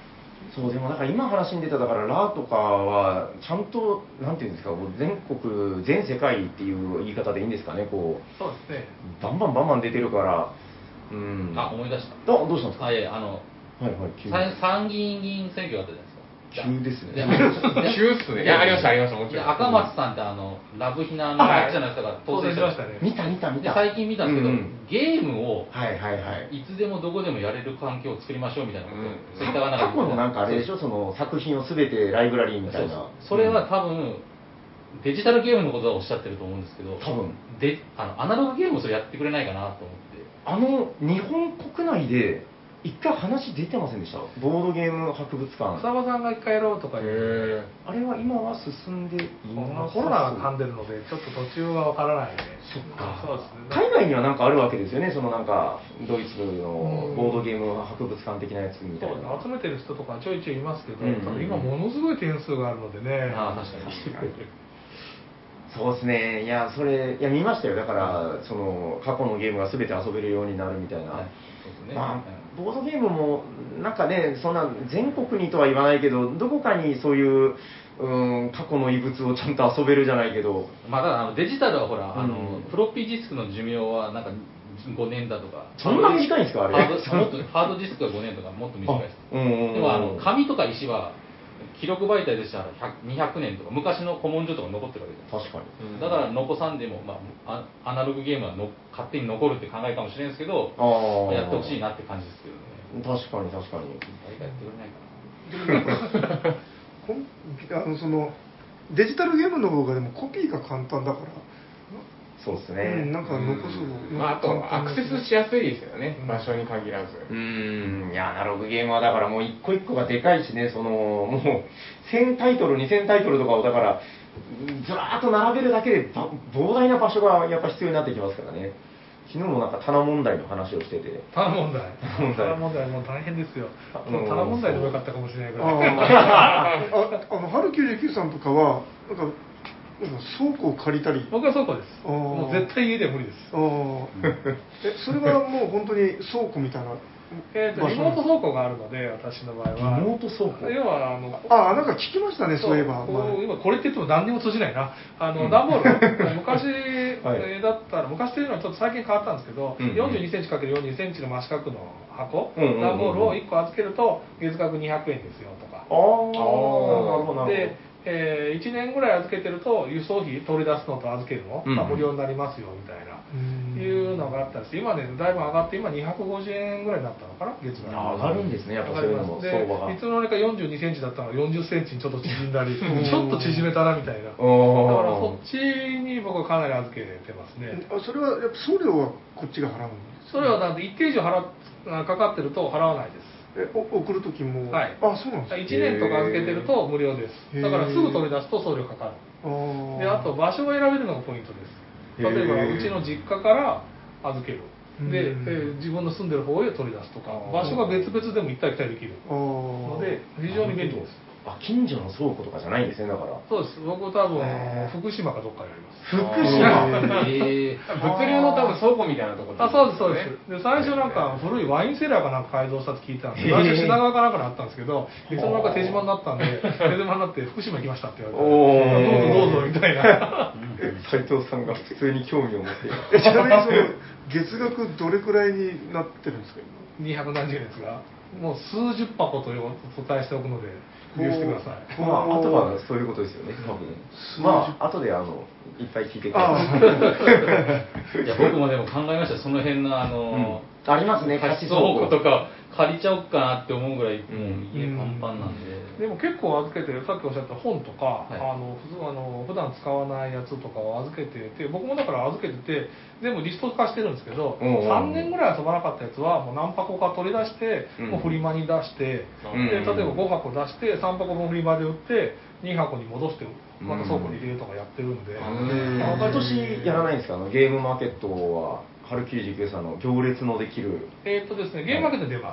[SPEAKER 4] そう、でもなんか今話に出た、だからラとかは、ちゃんと、なんていうんですか、こう全国、全世界っていう言い方でいいんですかね、こう、
[SPEAKER 5] そうですね。
[SPEAKER 4] バンバンバンバン出てるから、うん。
[SPEAKER 1] あ、思い出した。
[SPEAKER 4] あ、どうしたんですか？
[SPEAKER 1] あ、いや、あの、
[SPEAKER 4] はいはい、急に
[SPEAKER 1] 参参議院議員選挙があったじゃないですか。
[SPEAKER 4] 急ですね。
[SPEAKER 1] で
[SPEAKER 2] 急っすね。いや、ありました、ありました、もち
[SPEAKER 1] で
[SPEAKER 2] ろん。
[SPEAKER 1] 赤松さんってあの、ラブヒナのやつじゃないですか、
[SPEAKER 5] 当選しましたね。
[SPEAKER 4] 見た見た見た。
[SPEAKER 1] で最近見たんですけど、
[SPEAKER 4] うんうん
[SPEAKER 1] ゲームを
[SPEAKER 4] はいはいはい。
[SPEAKER 1] いつでもどこでもやれる環境を作りましょうみたいなことを、
[SPEAKER 2] うん
[SPEAKER 1] ツイッターがなんか
[SPEAKER 4] 過去のなんかあれでしょ、
[SPEAKER 1] そ
[SPEAKER 4] その作品をすべてライブラリーみたいな。
[SPEAKER 1] そうそうそれは多分、デジタルゲームのことはおっしゃってると思うんですけど、
[SPEAKER 4] 多分
[SPEAKER 1] であのアナログゲームをそれやってくれないかなと思って。
[SPEAKER 4] あの、日本国内で、一回話出てませんでした？ボードゲーム博物館。
[SPEAKER 5] 草場さんが一回やろうとか言う
[SPEAKER 2] へ
[SPEAKER 4] あれは今は進んでいなさそう。
[SPEAKER 5] コロナが噛んでるので、ちょっと途中はわからないね。
[SPEAKER 4] そっか。
[SPEAKER 5] そうですね。
[SPEAKER 4] 海外にはなんかあるわけですよね、そのなんか、ドイツのボードゲーム博物館的なやつみたいな。
[SPEAKER 5] そう集めてる人とかちょいちょいいますけど、
[SPEAKER 4] うんうんうん
[SPEAKER 5] ただ今ものすごい点数があるのでね。
[SPEAKER 1] ああ、確かに。
[SPEAKER 4] そうですね、いや、それ、いや、見ましたよ、だから、その過去のゲームがすべて遊べるようになるみたいな。
[SPEAKER 1] はいそうですね。
[SPEAKER 4] まあ、ボードゲームも、なんかね、そんな全国にとは言わないけど、どこかにそういう、うん、過去の遺物をちゃんと遊べるじゃないけど、
[SPEAKER 1] まあ、ただあのデジタルはほら、あの
[SPEAKER 4] うん
[SPEAKER 1] フロッピーディスクの寿命はなんかごねんだとか、
[SPEAKER 4] そんな短いんですかあれ
[SPEAKER 1] ハードもっとハードディスクはごねんとかもっと短いです。
[SPEAKER 4] あうんうんうん
[SPEAKER 1] でもあの紙とか石は記録媒体でしたらひゃくにひゃくねんとか昔の古文書とか残ってるわけじゃないですか。
[SPEAKER 4] 確かに。
[SPEAKER 1] だから残さんでも、まあ、あアナログゲームはの勝手に残るって考えかもしれないですけど、
[SPEAKER 4] あー
[SPEAKER 1] まあやってほしいなって感じですけどね。
[SPEAKER 4] 確かに確かに。
[SPEAKER 1] 誰かやってくれないかな。
[SPEAKER 3] こんあのそのデジタルゲームの方がでもコピーが簡単だから、
[SPEAKER 4] そうですね。
[SPEAKER 3] うん、なんか残すの、
[SPEAKER 2] まあ、あと、アクセスしやすいですよね、場所に限らず。
[SPEAKER 4] うーん、いや、アナログゲームはだからもう一個一個がでかいしね、その、もう、せんタイトル、にせんタイトルとかをだから、ずらーっと並べるだけでば膨大な場所がやっぱ必要になってきますからね。昨日もなんか棚問題の話をしてて。
[SPEAKER 5] 棚問題。
[SPEAKER 4] 問題
[SPEAKER 5] 棚問題もう大変ですよ。
[SPEAKER 4] あ
[SPEAKER 5] もう棚問題でもよかったかもしれないぐらい。
[SPEAKER 3] あああの春きゅうじゅうきゅうさんとかはなんかなんか倉庫を借りたり、
[SPEAKER 5] 僕は倉庫です。
[SPEAKER 3] あー
[SPEAKER 5] もう絶対家では無理です。
[SPEAKER 3] あーえそれはもう本当に倉庫みたいな
[SPEAKER 5] えーとリモート倉庫があるので、私の場合は。
[SPEAKER 4] リモート倉庫
[SPEAKER 5] 要は、あの、
[SPEAKER 3] ああなんか聞きましたね、そういえば。
[SPEAKER 5] こ
[SPEAKER 3] 前
[SPEAKER 5] う今これって言っても何にも通じないな。あの、
[SPEAKER 4] うん
[SPEAKER 5] 段ボール、昔
[SPEAKER 4] はい
[SPEAKER 5] えーだったら、昔というのはちょっと最近変わったんですけど、
[SPEAKER 4] うんうん
[SPEAKER 5] よんじゅうにセンチかけるよんじゅうセンチの真四角の箱、
[SPEAKER 4] うんうんうんうん
[SPEAKER 5] 段ボールをいっこ預けると月額にひゃくえんですよとか。
[SPEAKER 4] あー、なるほど、なるほど。
[SPEAKER 5] で、えーいちねんぐらい預けてると輸送費取り出すのと預けるの、
[SPEAKER 4] うん
[SPEAKER 5] まあ無料になりますよみたいな、
[SPEAKER 3] うん
[SPEAKER 5] いうのがあったりして、今ねだいぶ上がって今にひゃくごじゅうえんぐらいになったのかな、月額。
[SPEAKER 4] あ上がるんですね、やっぱそういうのも、
[SPEAKER 5] で
[SPEAKER 4] 相場が。
[SPEAKER 5] いつの間にかよんじゅうにセンチだったのがよんじゅっセンチにちょっと縮んだり、ちょっと縮めたなみたいな。だから
[SPEAKER 4] おー
[SPEAKER 5] そっちに僕はかなり預けてますね。
[SPEAKER 3] あそれはやっぱ送料はこっちが払うんです
[SPEAKER 5] それはなんで一定以上払っかかってると払わないです。
[SPEAKER 3] えお送る時も、
[SPEAKER 5] はい
[SPEAKER 3] あそうなんですか。
[SPEAKER 5] いちねんとか預けてると無料です。だからすぐ取り出すと送料かかる。
[SPEAKER 3] あー
[SPEAKER 5] であと場所を選べるのがポイントです。例えば
[SPEAKER 4] へー
[SPEAKER 5] うちの実家から預ける。で、え
[SPEAKER 3] うん
[SPEAKER 5] ー自分の住んでる方へ取り出すとか、場所が別々でも行ったり来たりできる
[SPEAKER 3] あー
[SPEAKER 5] ので非常に便利です。
[SPEAKER 4] あ、近所の倉庫とかじゃないんですね、だから。
[SPEAKER 5] そうです。僕多分
[SPEAKER 4] へー
[SPEAKER 5] 福島かどっかにあります。
[SPEAKER 4] 福島
[SPEAKER 1] えー
[SPEAKER 2] 物流の多分倉庫みたいなところ
[SPEAKER 5] あそうですそうです。で最初なんか古いワインセラーかなんか改造したって聞いたんで、
[SPEAKER 4] へー
[SPEAKER 5] 最初品川かなんかにあったんですけど、いつの間にか手島になったんで、手島になって福島行きましたって言われて、
[SPEAKER 4] おー
[SPEAKER 5] どうぞどうぞみたいな。
[SPEAKER 4] 斉藤さんが普通に興味を持っている。
[SPEAKER 3] えちなみにその月額どれくらいになってるんですか今。
[SPEAKER 5] にひゃく何十円ですが、もう数十箱とお伝えしておくので、利用してください。
[SPEAKER 4] まあ、あとはそういうことですよね、多分。まあ、後であの、いっぱい聞いてくだ
[SPEAKER 3] あ
[SPEAKER 4] さい。
[SPEAKER 1] いや僕もでも考えました、その辺のあの、
[SPEAKER 4] うんありますね
[SPEAKER 1] 貸し倉庫とか借りちゃおうかなって思うぐらい、もう家パンパンなんで。
[SPEAKER 5] でも結構預けて、さっきおっしゃった本とか、
[SPEAKER 1] はい
[SPEAKER 5] あの普通あの普段使わないやつとかを預けてて、僕もだから預けてて、全部リスト化してるんですけど、
[SPEAKER 4] うんうんうん
[SPEAKER 5] さんねんぐらい遊ばなかったやつは、もう何箱か取り出して、
[SPEAKER 4] うん
[SPEAKER 5] もうフリマに出して、
[SPEAKER 4] うん
[SPEAKER 5] で例えばご箱出して、さん箱分フリマで売って、に箱に戻して、また倉庫に入れるとかやってるんで、
[SPEAKER 1] うん
[SPEAKER 4] あ今年やらないんですか、あのゲームマーケットは、春きゅうじゅうきゅうさんの行列のできる。
[SPEAKER 5] えーっとですね、ゲームマーケットに出ます。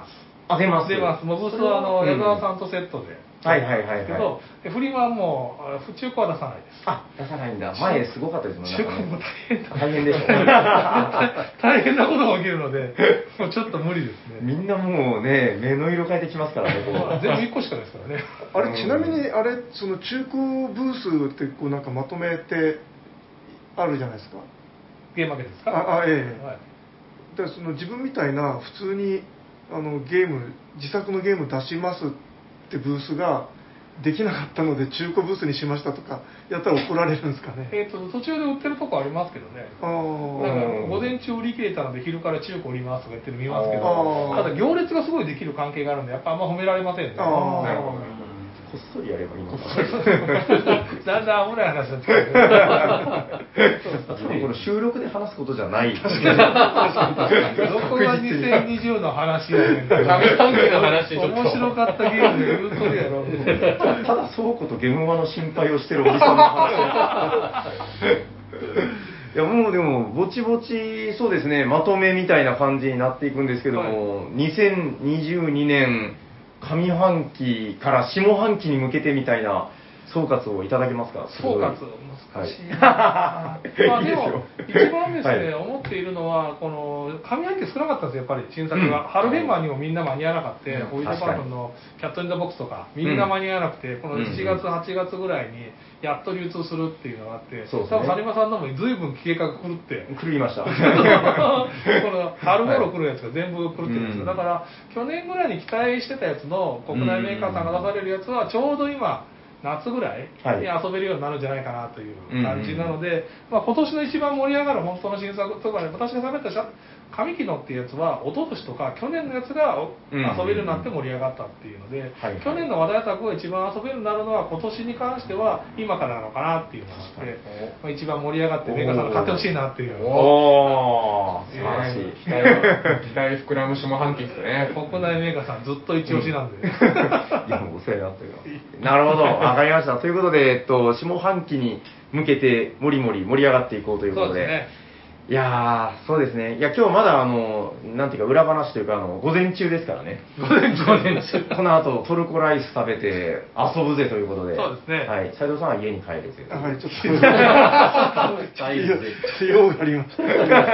[SPEAKER 4] あ、出ます
[SPEAKER 5] 出ます。もうブースはあの、
[SPEAKER 4] うん
[SPEAKER 5] 矢沢さんとセットで。
[SPEAKER 4] はいはいはいはい
[SPEAKER 5] ですけど、でフリマはもう、あ中古は出さないです。
[SPEAKER 4] あ、出さないんだ。前すごかったですもんね。
[SPEAKER 5] 中古も大変だ。
[SPEAKER 4] 大変でしょ。
[SPEAKER 5] 大変なことが起きるので、もうちょっと無理ですね。
[SPEAKER 4] みんなもうね、目の色変えてきますからね、こ
[SPEAKER 5] まあ
[SPEAKER 4] う。
[SPEAKER 5] 全部いっこしかですからね。
[SPEAKER 3] あれちなみにあれその中古ブースってこうなんかまとめてあるじゃないですか。
[SPEAKER 5] ゲームマーケットですか？
[SPEAKER 3] ああええ
[SPEAKER 5] はい。
[SPEAKER 3] でその自分みたいな普通にあのゲーム自作のゲーム出しますってブースができなかったので中古ブースにしましたとかやったら怒られるんですかね。
[SPEAKER 5] えっと途中で売ってるとこありますけどね。
[SPEAKER 3] あ
[SPEAKER 5] だから
[SPEAKER 3] ー
[SPEAKER 5] 午前中売り切れたので昼から中古売りますとか言ってるの見ますけ
[SPEAKER 3] あ
[SPEAKER 5] ど、
[SPEAKER 3] ー
[SPEAKER 5] ただ行列がすごいできる関係があるんでやっぱあんま褒められませんね。
[SPEAKER 3] あー
[SPEAKER 4] なるほど。こっそりやればいいのか
[SPEAKER 5] だんだん危ない話になってくる。
[SPEAKER 4] 多分この収録で話すことじゃない。確
[SPEAKER 5] どこがにせんにじゅうの話やねん。
[SPEAKER 2] 上半期の話ちょっと
[SPEAKER 5] 面白かったゲームで言うとるやろ。
[SPEAKER 4] ただ倉庫とゲームマの心配をしてるおじさんの話。いやもうでもぼちぼちそうですね、まとめみたいな感じになっていくんですけども、にせんにじゅうにねん上半期から下半期に向けてみたいな総括をいただけますか。
[SPEAKER 5] 総括難しいな、
[SPEAKER 4] はい
[SPEAKER 5] まあでも
[SPEAKER 4] いいですよ
[SPEAKER 5] 一番ですね、
[SPEAKER 4] はい
[SPEAKER 5] 思っているのはこの上半期少なかったんですよやっぱり新作が、
[SPEAKER 4] うん
[SPEAKER 5] ハルフェンマーにもみんな間に合わなかった、
[SPEAKER 4] うん
[SPEAKER 5] ホイールパートンのキャット・イン・ザ・ボックスとかみんな間に合わなくて、このしちがつはちがつぐらいにやっと流通するっていうのがあって、
[SPEAKER 4] そうですね
[SPEAKER 5] 多分サニマさんのも随分計画狂って
[SPEAKER 4] 狂いました。
[SPEAKER 5] この春頃来るやつが全部狂ってるんですよ、
[SPEAKER 4] うん
[SPEAKER 5] だから去年ぐらいに期待してたやつの国内メーカーさんが出されるやつはちょうど今夏ぐらい
[SPEAKER 4] はい
[SPEAKER 5] に遊べるようになるんじゃないかなという感じなので、まあ、今年の一番盛り上がる本当の新作とかね、私が喋った上木のっていうやつは一昨年とか去年のやつが
[SPEAKER 4] うん
[SPEAKER 5] 遊べるようになって盛り上がったっていうので、
[SPEAKER 4] はいはい
[SPEAKER 5] 去年の話題作が一番遊べるようになるのは今年に関しては今からなのかなっていうのがあって、まあ、一番盛り上がってメーカーさんが買ってほしいなっていう。
[SPEAKER 4] おー、素晴らしい。
[SPEAKER 2] 期待が期待膨らむ下半期ですね。
[SPEAKER 5] 国内メーカーさんずっと一押しなんで、
[SPEAKER 4] いや、もうお世話になってるな。なるほど、わかりました。ということで、えっと、下半期に向けて、もりもり盛り上がっていこうということで。
[SPEAKER 5] そうですね。
[SPEAKER 4] いやー、そうですね。いや、今日まだ、あの、なんていうか、裏話というか、あの、午前中ですからね。午前中。この後、トルコライス食べて、遊ぶぜということで。
[SPEAKER 5] そうですね
[SPEAKER 4] はい。斉藤さんは家に帰るぜ。
[SPEAKER 3] はい、ちょっと
[SPEAKER 1] 大事で
[SPEAKER 3] 用がありました。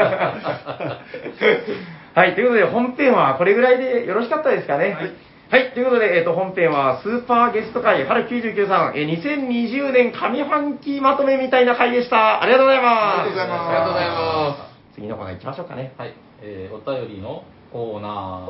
[SPEAKER 4] はい、ということで本編はこれぐらいでよろしかったですかね。
[SPEAKER 5] はい
[SPEAKER 4] はい、ということで、えっ、と、本編はスーパーゲスト会、春きゅうじゅうきゅうさん、えー、にせんにじゅうねん上半期まとめみたいな回でした。ありがとうございます。
[SPEAKER 3] ありがとうございます
[SPEAKER 2] ありがとうございま
[SPEAKER 4] 次のコーナー行きましょうかね。
[SPEAKER 1] はい、えーお便りのコーナー、はい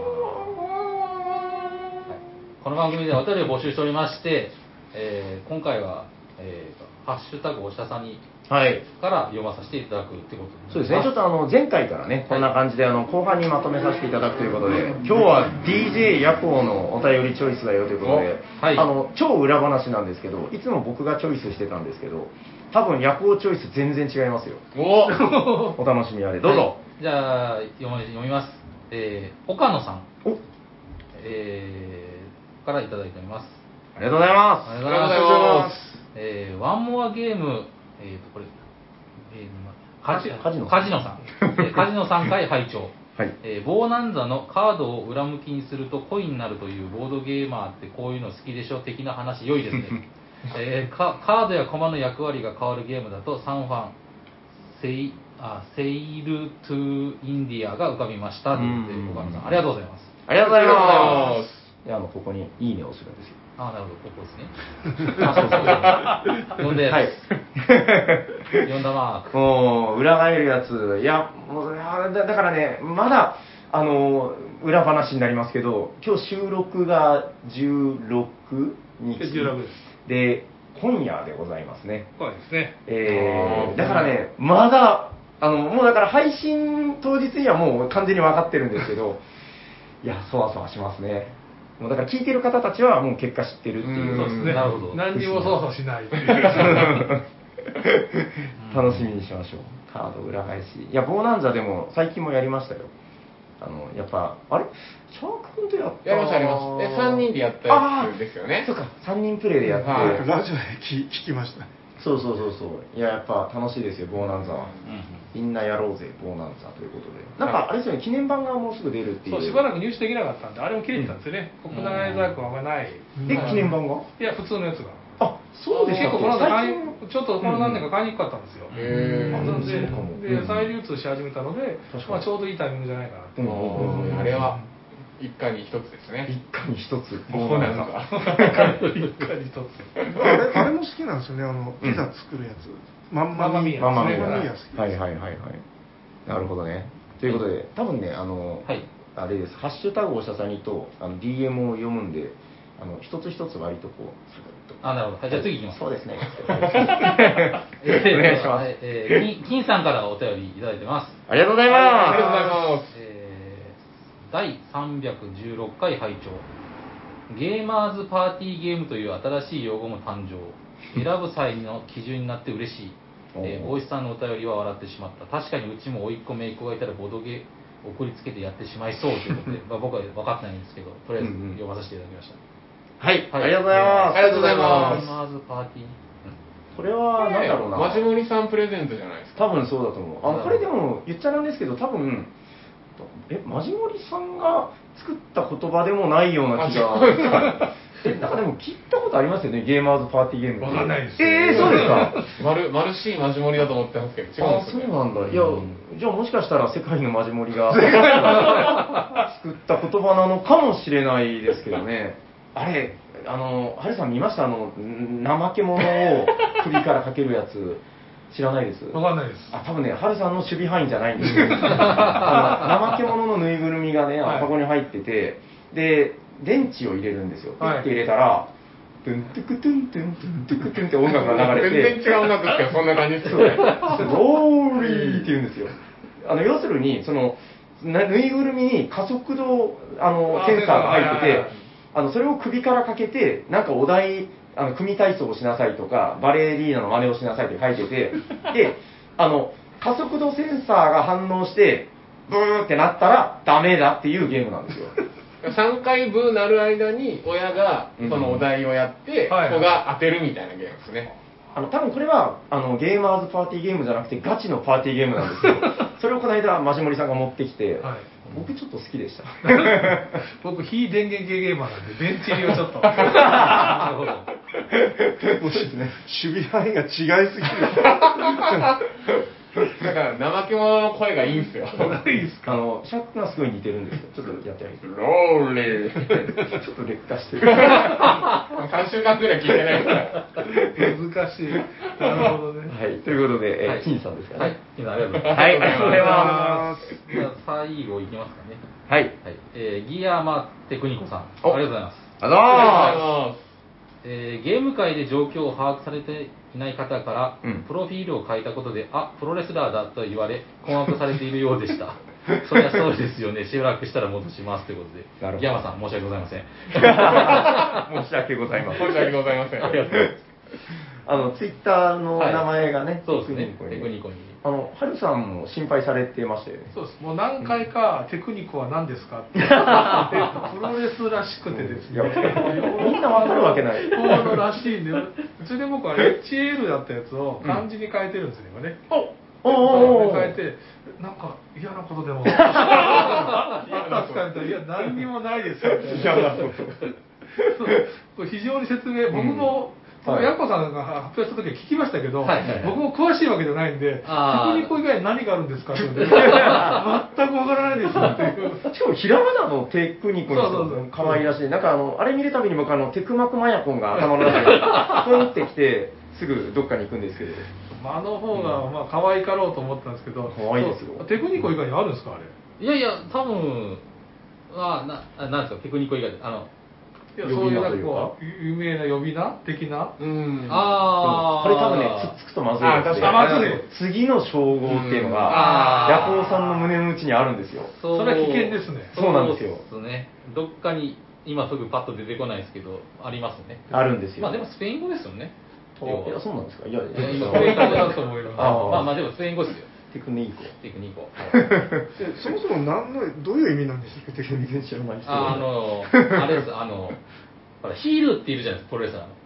[SPEAKER 1] この番組ではお便りを募集しておりまして、えー今回は、えーとハッシュタグおしゃさに
[SPEAKER 4] はい。
[SPEAKER 1] から読まさせていただくってこと
[SPEAKER 4] そうですね、ちょっとあの前回からね、こんな感じであの後半にまとめさせていただくということで、今日は ディージェー ヤコウのお便りチョイスだよということで、
[SPEAKER 1] おはい
[SPEAKER 4] あの超裏話なんですけど、いつも僕がチョイスしてたんですけど、多分ヤコウチョイス全然違いますよ。
[SPEAKER 2] す。お
[SPEAKER 4] お楽しみあれ、どうぞ。
[SPEAKER 1] はいじゃあ読み読みます、えー岡野さん、
[SPEAKER 4] お、
[SPEAKER 1] えーからいただいております。
[SPEAKER 4] ありがとうございま
[SPEAKER 1] あり
[SPEAKER 2] ありがとうございます。
[SPEAKER 1] えーワンモアゲーム、えーとこれ、えー、カジ
[SPEAKER 4] カジノ
[SPEAKER 1] カジノさん、えーカジノさん回拝聴
[SPEAKER 4] す。はい。
[SPEAKER 1] えー、ボーナンザのカードを裏向きにするとコインになるというボードゲーマーってこういうの好きでしょ的な話良いですね、えーかカードやコマの役割が変わるゲームだとサンファンセイあセイルトゥインディアが浮かびましたということで
[SPEAKER 4] うん
[SPEAKER 1] 岡野さんありがとうございます。
[SPEAKER 4] ありがとうござい
[SPEAKER 2] ありがとうござい
[SPEAKER 4] ま。
[SPEAKER 2] ます
[SPEAKER 4] で、あの、ここにいいねをするんですよ。
[SPEAKER 1] あなるほどここですねあそうそう読んで、
[SPEAKER 4] はい。
[SPEAKER 1] 読んだマーク
[SPEAKER 4] もう、裏返るやつ、いや、もう、いやだだからね、まだ、あの、裏話になりますけど、今日収録がじゅうろくにち。
[SPEAKER 5] じゅうろくです。
[SPEAKER 4] で、今夜でございますね。
[SPEAKER 5] そうですね。
[SPEAKER 4] えー、
[SPEAKER 2] あー
[SPEAKER 4] だからね、まだ、あの、もうだから配信当日にはもう完全に分かってるんですけど、いや、そわそわしますね。もうだから聞いてる方たちはもう結果知ってるっていう。
[SPEAKER 5] そうですね。
[SPEAKER 1] なるほど
[SPEAKER 5] 何にも操作しないっていう。
[SPEAKER 4] 楽しみにしましょう。カード裏返し。いや、ボーナンザでも最近もやりましたよ。あの、やっぱ、あれシャーク君とやった
[SPEAKER 2] やりましたやりました。え、さんにんでやったやつですよね。
[SPEAKER 4] そうか、さんにんプレイでやって。
[SPEAKER 2] はい
[SPEAKER 3] ラジオで聞聞きました。
[SPEAKER 4] そうそうそうそう。いや、やっぱ楽しいですよ、ボーナンザは。みんなやろうぜ、ボーナンザということで。なんか、あれですよね、記念版がもうすぐ出るっていう。
[SPEAKER 5] そう、しばらく入手できなかったんで、あれも切れてたんですよね。国内在庫はあんまりない。
[SPEAKER 4] え、記念版が
[SPEAKER 5] いや、普通のやつが。
[SPEAKER 4] あ、そうでしたっけ？
[SPEAKER 5] 結構この間買い
[SPEAKER 4] 最近
[SPEAKER 5] ちょっとこの何年か買いにくかったんですよ。
[SPEAKER 2] へー
[SPEAKER 5] なんで、
[SPEAKER 4] そうかも
[SPEAKER 5] で再流通し始めたので、
[SPEAKER 4] 確かに
[SPEAKER 5] まあ、ちょうどいいタイミングじゃないかなって。
[SPEAKER 4] うんうんうん
[SPEAKER 2] あれは一家に一つですね。
[SPEAKER 4] 一家に一つ。
[SPEAKER 2] ボーナンザ。
[SPEAKER 5] 一家に一つ。
[SPEAKER 3] あれあれも好きなんですよね、あのピザ作るやつ、マンマミー
[SPEAKER 4] ママミー
[SPEAKER 3] マンマミー
[SPEAKER 4] ヤ
[SPEAKER 3] ヤ好きです。
[SPEAKER 4] はいはいはいはい。なるほどね。ということで、多分ね、あの、
[SPEAKER 1] はい
[SPEAKER 4] あれです、ハッシュタグをしたさにとあの ディーエム を読むんで、あの一つ一つ割とこう、サクッと。
[SPEAKER 1] あ、なるほど。はい、じゃあ次いきます。
[SPEAKER 4] そうですね。
[SPEAKER 1] えー
[SPEAKER 4] お願いします。
[SPEAKER 1] えー金金さんからお便りいただいてます。
[SPEAKER 4] ありがとうございます。
[SPEAKER 2] ありがとうございます。
[SPEAKER 1] えーだいさんびゃくじゅうろっかい拝聴。ゲーマーズパーティーゲームという新しい用語も誕生。選ぶ際の基準になって嬉しい。えー、大石さんのお便りは笑ってしまった。確かにうちも甥っ子姪っ子がいたらボドゲ送りつけてやってしまいそうということで、まあ、僕は分かってないんですけど、とりあえず読まさせていただきました。
[SPEAKER 4] はい、ありがとうございます。
[SPEAKER 2] ありがとうございます
[SPEAKER 1] ゲーマーズパーティー。
[SPEAKER 4] これは、なんだろうな。
[SPEAKER 2] マジモリさんプレゼントじゃないですか。
[SPEAKER 4] 多分そうだと思う。あのこれでも言っちゃなんですけど、多分えマジモリさんが作った言葉でもないような気が。えなんかでも聞いたことありますよね、ゲーマーズパーティーゲーム。
[SPEAKER 5] わかんないです。
[SPEAKER 4] えー、そうですか。
[SPEAKER 2] マルマルシーマジモリだと思ってますけど、違うん
[SPEAKER 4] あ、そう
[SPEAKER 2] ですね。
[SPEAKER 4] なんだ。いや、じゃあもしかしたら世界のマジモリが作った言葉なのかもしれないですけどね。あれ、あの、ハルさん見ました？あの、怠け者を首からかけるやつ。知らないです。
[SPEAKER 5] わかんないです。
[SPEAKER 4] あ、多分ね、ハルさんの守備範囲じゃないんですよ。あの怠け者のぬいぐるみがね、
[SPEAKER 5] はい
[SPEAKER 4] 箱に入ってて、で、電池を入れるんですよ。ピ
[SPEAKER 5] はい
[SPEAKER 4] ッて入れたら、トゥントゥクトゥントゥントゥントゥクトゥンって音楽が流れて、
[SPEAKER 2] 全然違う音楽ですけど、そんな感じです
[SPEAKER 4] そう
[SPEAKER 2] よね。
[SPEAKER 4] スローリーって言うんですよ。あの要するに、その、なぬいぐるみに加速度あの
[SPEAKER 5] あ
[SPEAKER 4] センサーが入ってて
[SPEAKER 5] はいはいはい、
[SPEAKER 4] あのそれを首からかけて、なんかお題、あの組体操をしなさいとか、バレリーナの真似をしなさいって書いてて、で、あの、加速度センサーが反応して、ブーってなったらダメだっていうゲームなんですよ。
[SPEAKER 2] さんかいブーなる間に親がそのお題をやって、
[SPEAKER 5] はい
[SPEAKER 2] 子が当てるみたいなゲームですね。
[SPEAKER 4] あの多分これはあのゲーマーズパーティーゲームじゃなくてガチのパーティーゲームなんですけど、それをこの間マジモリさんが持ってきて、
[SPEAKER 5] はい
[SPEAKER 4] 僕ちょっと好きでした。
[SPEAKER 5] 僕、非電源系ゲーマーなんで、電池入りをちょっと。
[SPEAKER 1] なるほど。
[SPEAKER 3] 結構し守備範囲が違いすぎる。
[SPEAKER 2] だから怠け者の声がいいんですよ。
[SPEAKER 5] ないですか。
[SPEAKER 4] あのシャックがすごい似てるんですよ。ちょっとやってあげて。
[SPEAKER 2] ローレー。
[SPEAKER 4] ちょっと劣化してる。
[SPEAKER 2] さんしゅうかんぐらい聞いてないから。
[SPEAKER 5] 難しい。なるほどね。
[SPEAKER 4] はい、ということで、えー
[SPEAKER 1] はい
[SPEAKER 4] 金さんですか
[SPEAKER 1] はい
[SPEAKER 4] ね。、
[SPEAKER 1] 今ありがとうございます。
[SPEAKER 4] はい、ありがとうございま
[SPEAKER 1] じゃあ最後いきますかね。
[SPEAKER 4] す。はい。
[SPEAKER 1] はい、えーギアマテクニコさん、あり
[SPEAKER 4] お
[SPEAKER 1] がとうございます。
[SPEAKER 4] あざー
[SPEAKER 2] あ
[SPEAKER 1] えーゲーム界で状況を把握されていない方から、
[SPEAKER 4] うん
[SPEAKER 1] プロフィールを書いたことで、あ、プロレスラーだと言われ、困惑されているようでした。そりゃそうですよね、しばらくしたら戻しますということで、
[SPEAKER 4] なるほど
[SPEAKER 1] ギヤマさん、申し訳ございません。
[SPEAKER 4] 申し訳ございません。
[SPEAKER 2] 申し訳ございません。
[SPEAKER 1] ありがとうございます。
[SPEAKER 4] あの、ツイッターの名前がね、
[SPEAKER 1] そうですね、
[SPEAKER 4] テ
[SPEAKER 1] テクニコに。
[SPEAKER 4] あの、はるさんも心配されてましたよね。
[SPEAKER 5] そうです。もう何回か、テクニコは何ですかって。プロレスらしくてですね。
[SPEAKER 4] いやみんなわかるわけない
[SPEAKER 5] こういうのらしいんで、うちで僕は エイチエール だったやつを漢字に変えてるんですよ、今ね。
[SPEAKER 4] おおお
[SPEAKER 5] 変えて、なんか嫌なことでもあったんですかみたいな、いや、何にもないですよみたいな。
[SPEAKER 4] 嫌なこと
[SPEAKER 5] そうこれ非常に説明、僕も、
[SPEAKER 4] はい
[SPEAKER 5] ヤッコさんが発表した時は聞きましたけど、
[SPEAKER 1] はいはいはい
[SPEAKER 5] 僕も詳しいわけじゃないんで、テ
[SPEAKER 1] あー
[SPEAKER 5] クニコ以外に何があるんですかって言うんで、全くわからないですっていう。
[SPEAKER 4] しかもひらがなのテクニコに
[SPEAKER 5] そうそうそう
[SPEAKER 4] 可愛らしい。なんかあの、あれ見るたびに僕あの、テクマクマヤコンが頭の中にポンってきて、すぐどっかに行くんですけど。
[SPEAKER 5] まあ、あの方がまあ可愛かろうと思ったんですけど、
[SPEAKER 4] 可愛いですよ
[SPEAKER 5] そうテクニコ以外にあるんですか、あれ。
[SPEAKER 1] いやいや、多分は、な、あなんですか、テクニコ以外で、あの、
[SPEAKER 5] いや
[SPEAKER 4] 呼び名
[SPEAKER 5] そういうなんか
[SPEAKER 4] というか
[SPEAKER 5] こう有名な呼び名的な。
[SPEAKER 2] うん。
[SPEAKER 1] あー
[SPEAKER 4] これ多分ね、つっつくとまずいやつで
[SPEAKER 2] あ
[SPEAKER 5] まずい
[SPEAKER 4] 次の称号っていうの
[SPEAKER 1] うん
[SPEAKER 4] が、
[SPEAKER 1] あー
[SPEAKER 4] ヤコウさんの胸の内にあるんですよ。
[SPEAKER 1] そ
[SPEAKER 5] それは危険ですね
[SPEAKER 4] そうなんですよ
[SPEAKER 1] そうですね。どっかに、今すぐパッと出てこないですけど、ありますね。
[SPEAKER 4] あるんですよ。
[SPEAKER 1] まあでもスペイン語ですよね。
[SPEAKER 4] いや、そうなんですか。いや、
[SPEAKER 1] いや今
[SPEAKER 5] スペイン語だと思います。
[SPEAKER 4] あー
[SPEAKER 1] まあまあでもスペイン語ですよ。
[SPEAKER 4] テクニコ。
[SPEAKER 1] テクニコ。
[SPEAKER 3] でそもそも何のどういう意味なんでしたっけ、テクニ
[SPEAKER 4] 全然知らない人
[SPEAKER 1] ああの、あれです、あの、ほらヒールっているじゃないですか、プロレスラーの。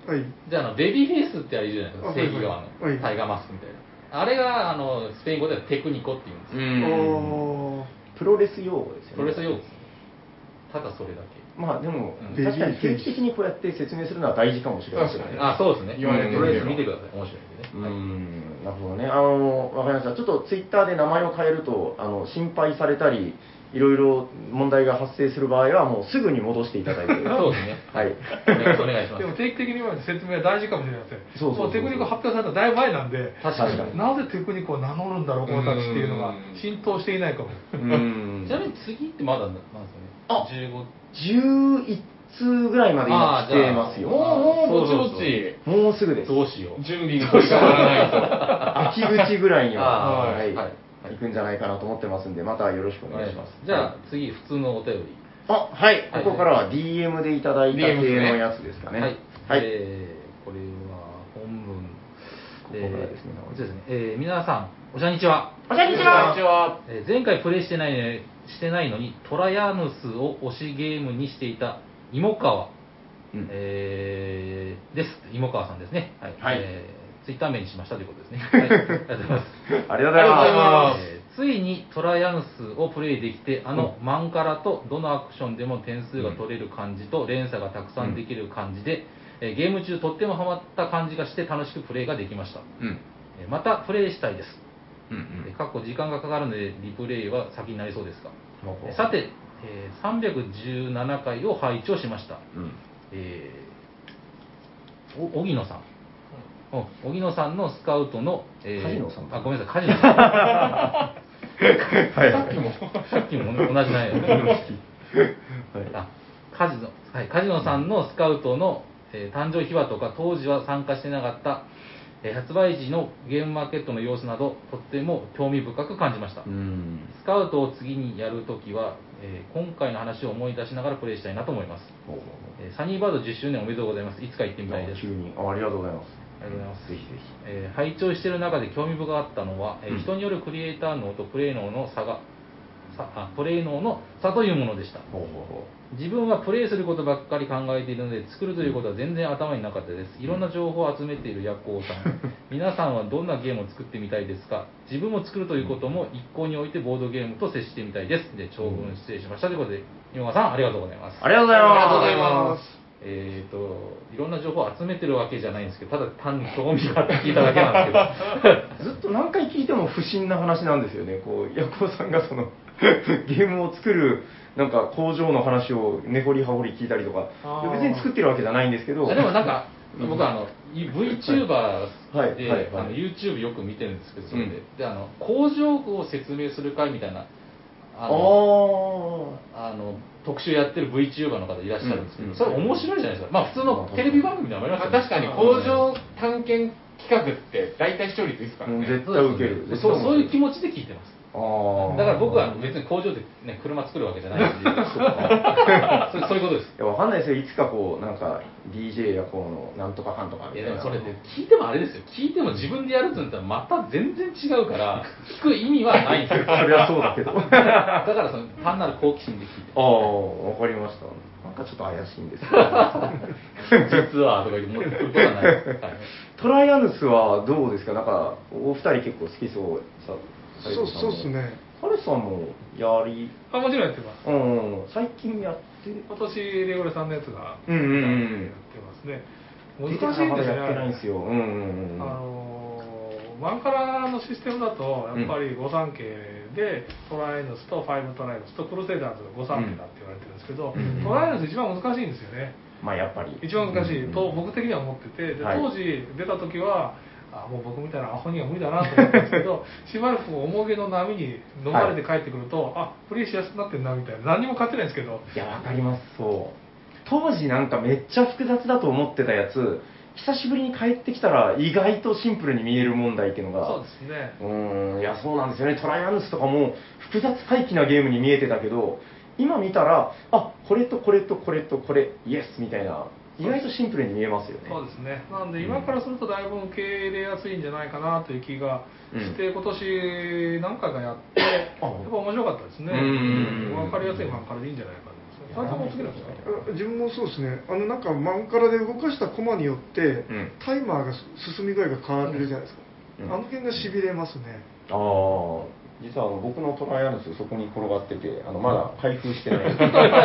[SPEAKER 3] はい。
[SPEAKER 1] じゃあ、あのベビーフェイスってあれいるじゃないですか、
[SPEAKER 3] あ
[SPEAKER 1] 正義側の、
[SPEAKER 3] はいはい
[SPEAKER 1] タイガーマスクみたいな。あれが、あの、スペイン語ではテクニコって言うんですよ。
[SPEAKER 4] うん
[SPEAKER 3] あ
[SPEAKER 4] プロレス用語ですよね。
[SPEAKER 1] プロレス用語ですね。ただそれだけ。
[SPEAKER 4] まあでも、
[SPEAKER 1] うん
[SPEAKER 4] 確かに定期的にこうやって説明するのは大事かもしれませんね。
[SPEAKER 1] あ、そうですね。
[SPEAKER 2] 言われてみれば
[SPEAKER 1] とりあえず見てください。面白いんでね。
[SPEAKER 4] うー
[SPEAKER 1] はい
[SPEAKER 4] ん、なるほどね。あの、わかりました。ちょっとツイッターで名前を変えると、あの、心配されたり、いろいろ問題が発生する場合は、もうすぐに戻していただいて。
[SPEAKER 1] そうですね。
[SPEAKER 4] はい。
[SPEAKER 1] お願いします
[SPEAKER 5] で。も定期的には説明は大事かもしれません。
[SPEAKER 4] そうそうそうそう
[SPEAKER 5] もうテクニック発表されたのだいぶ前なんで、
[SPEAKER 1] 確かに。
[SPEAKER 4] 確かに
[SPEAKER 5] なぜテクニックを名乗るんだろう、このたちっていうのが浸透していないかも。
[SPEAKER 4] うーん
[SPEAKER 1] ちなみに次ってまだなんですかね。
[SPEAKER 4] あ
[SPEAKER 1] じゅうご。
[SPEAKER 4] じゅういち通ぐらいまで今来てますよ。
[SPEAKER 2] もう、もう、ぼちぼ
[SPEAKER 1] そうそう
[SPEAKER 2] ち、
[SPEAKER 4] もうすぐです。
[SPEAKER 1] どうしよう。
[SPEAKER 2] 準備に取り掛からないと。
[SPEAKER 4] 秋口ぐらいには、
[SPEAKER 1] あー
[SPEAKER 4] はい
[SPEAKER 1] はい
[SPEAKER 4] 行くんじゃないかなと思ってますんで、またよろしくお願いします。
[SPEAKER 1] じゃあ、
[SPEAKER 4] はい
[SPEAKER 1] 次、普通のお便り。
[SPEAKER 4] あ、はい、
[SPEAKER 1] はい
[SPEAKER 4] ここからは ディーエム でいただいた
[SPEAKER 2] ディーエム ですね
[SPEAKER 4] 系のやつですかね。
[SPEAKER 1] はい。
[SPEAKER 4] はい。
[SPEAKER 1] えーこれは本文。
[SPEAKER 4] ここからですね
[SPEAKER 1] えーそうですね。えー皆さん、おしゃにちは。
[SPEAKER 4] おしゃにち
[SPEAKER 2] こんにち
[SPEAKER 4] は。
[SPEAKER 2] は。
[SPEAKER 1] えー前回プレイしてないねしてないのにトラヤヌスを推しゲームにしていた芋川、
[SPEAKER 4] うん
[SPEAKER 1] えーです芋川さんですね、はい
[SPEAKER 4] はい
[SPEAKER 1] えーツイッター名にしましたということですね、はい、ありがとうございます。
[SPEAKER 4] ありがとうございま
[SPEAKER 2] ます
[SPEAKER 1] えーついにトラヤヌスをプレイできて、あのマンカラとどのアクションでも点数が取れる感じと連鎖がたくさんできる感じで、えーゲーム中とってもハマった感じがして楽しくプレイができました。
[SPEAKER 4] す。うん。
[SPEAKER 1] えーまたプレイしたいです。
[SPEAKER 4] うんうん
[SPEAKER 1] えーかっこ時間がかかるのでリプレイは先になりそうですが、
[SPEAKER 4] ほうほう
[SPEAKER 1] えーさて、えーさんびゃくじゅうななかいを拝聴しました。
[SPEAKER 4] うん。
[SPEAKER 1] えーお荻野さんお荻野さんのスカウトの、えー
[SPEAKER 4] 梶野さん
[SPEAKER 1] あごめんなさい梶野さん
[SPEAKER 4] はい。
[SPEAKER 2] さっきも。
[SPEAKER 1] さっきも同じなんや
[SPEAKER 4] はい。
[SPEAKER 1] あ梶野、はい、梶野さんのスカウトの、えー誕生秘話とか当時は参加してなかった、えー発売時のゲームマーケットの様子などとっても興味深く感じました。
[SPEAKER 4] うん。
[SPEAKER 1] スカウトを次にやるときは、えー今回の話を思い出しながらプレイしたいなと思います。
[SPEAKER 4] ほうほうほ
[SPEAKER 1] えーサニーバードじゅっしゅうねんおめでとうございます。いつか行ってみたいです。
[SPEAKER 4] 急に。あありがとうございます。
[SPEAKER 1] ありがとうございます。
[SPEAKER 4] ぜひぜひ。
[SPEAKER 1] えー拝聴している中で興味深かったのは、えー
[SPEAKER 4] うん
[SPEAKER 1] 人によるクリエイター脳とプレイ脳の差が、さあプレイ脳の差というものでした。
[SPEAKER 4] ほうほうほ
[SPEAKER 1] 自分はプレイすることばっかり考えているので作るということは全然頭になかったです。いろんな情報を集めているヤコウさん皆さんはどんなゲームを作ってみたいですか？自分も作るということも一向においてボードゲームと接してみたいです。で長文失礼しましたということで今川さんありがとうございます。
[SPEAKER 4] う。ありがとうございます。
[SPEAKER 2] ありがとうございます
[SPEAKER 1] えー、といろんな情報を集めてるわけじゃないんですけど、ただ単に興味があって聞いただけなんですけど
[SPEAKER 4] ずっと何回聞いても不審な話なんですよね。こう、ヤコウさんがその、ゲームを作る、なんか工場の話を根掘り葉掘り聞いたりとか、
[SPEAKER 5] あー
[SPEAKER 4] いや別に作ってるわけじゃないんですけど、
[SPEAKER 1] でもなんか僕はあの VTuber で、
[SPEAKER 4] はいはいはい
[SPEAKER 1] あの YouTube よく見てるんですけど、それで,、
[SPEAKER 4] うん
[SPEAKER 1] であの工場を説明する会みたいなあの
[SPEAKER 4] あ
[SPEAKER 1] あの特集やってる VTuber の方いらっしゃるんですけど、
[SPEAKER 4] うん
[SPEAKER 1] それ面白いじゃないですか。まあ普通のテレビ番組でもあります
[SPEAKER 2] まあ、
[SPEAKER 1] よね。
[SPEAKER 2] 確かに工場探検企画って大体視聴率いいですからね。
[SPEAKER 4] もう絶対受ける。
[SPEAKER 1] そうそういう気持ちで聞いてます。
[SPEAKER 4] あー
[SPEAKER 1] だから僕は別に工場で、ね、車作るわけじゃないんでそうそういうことです。
[SPEAKER 4] いや、わかんないですよ。いつかこう、なんか、ディージェー やこうの、なんとかかんとか
[SPEAKER 1] い
[SPEAKER 4] みたいな。
[SPEAKER 1] やでもそれって聞いてもあれですよ、聞いても自分でやるって言ったらまた全然違うから聞く意味はないんですよ。
[SPEAKER 4] そりゃそうだけど。
[SPEAKER 1] だからその単なる好奇心で聞いて
[SPEAKER 4] ああ、わかりました。なんかちょっと怪しいんですけど。
[SPEAKER 1] 実はとか言って持ってくることはないです、はい
[SPEAKER 4] トライアヌスはどうですか？なんか、お二人結構好きそうさ。
[SPEAKER 3] そうそうっすね。
[SPEAKER 4] ハルさんもやり、
[SPEAKER 5] あもちろんやってます。
[SPEAKER 4] うん、最近やってる。
[SPEAKER 5] 今年レゴレさんのやつが
[SPEAKER 4] うんうんうん
[SPEAKER 5] やってますね。
[SPEAKER 4] 出
[SPEAKER 5] 難しいんですね。
[SPEAKER 4] やってないんですよ。うんうんうん。
[SPEAKER 5] あのーマンカラのシステムだとやっぱり御三家でトライアヌスとファイブトライアヌスとクルセイダーズが御三家だって言われてるんですけど、
[SPEAKER 4] うん
[SPEAKER 5] トライアヌス一番難しいんですよね。
[SPEAKER 4] まあやっぱり。
[SPEAKER 5] 一番難しいと
[SPEAKER 4] うん
[SPEAKER 5] 僕的には思ってて、で
[SPEAKER 4] はい
[SPEAKER 5] 当時出た時はあもう僕みたいなアホには無理だなと思ったんですけどしばらくこう重げの波に飲まれて帰ってくると、あプレイしやすくなってんなみたいな、何にも勝ってないんですけど、
[SPEAKER 4] いや、わかります、そう。当時なんかめっちゃ複雑だと思ってたやつ、久しぶりに帰ってきたら意外とシンプルに見える問題っていうのが。
[SPEAKER 5] そうですね。
[SPEAKER 4] うーん、いや、そうなんですよね。トライアヌスとかも複雑回帰なゲームに見えてたけど、今見たら、あ、これとこれとこれとこれ、イエスみたいな、意外とシンプルに見えますよね。
[SPEAKER 5] そうですね。なんで今からするとだいぶ受け入れやすいんじゃないかなという気がして、
[SPEAKER 4] うん
[SPEAKER 5] 今年何回かやって、やっぱ面白かったですね。
[SPEAKER 4] うん
[SPEAKER 5] 分かりやすいマンカラでいいんじゃないかと思いますね。 斉藤も好きなんですか？
[SPEAKER 3] あ自分もそうですね、あのなんかマンカラで動かしたコマによって、
[SPEAKER 4] ん
[SPEAKER 3] タイマーが進み具合が変わるじゃないですか、
[SPEAKER 4] うん
[SPEAKER 3] あの辺がしびれますね。
[SPEAKER 4] ああ、実はあの僕のトライアヌスそこに転がってて、あのまだ開封してない。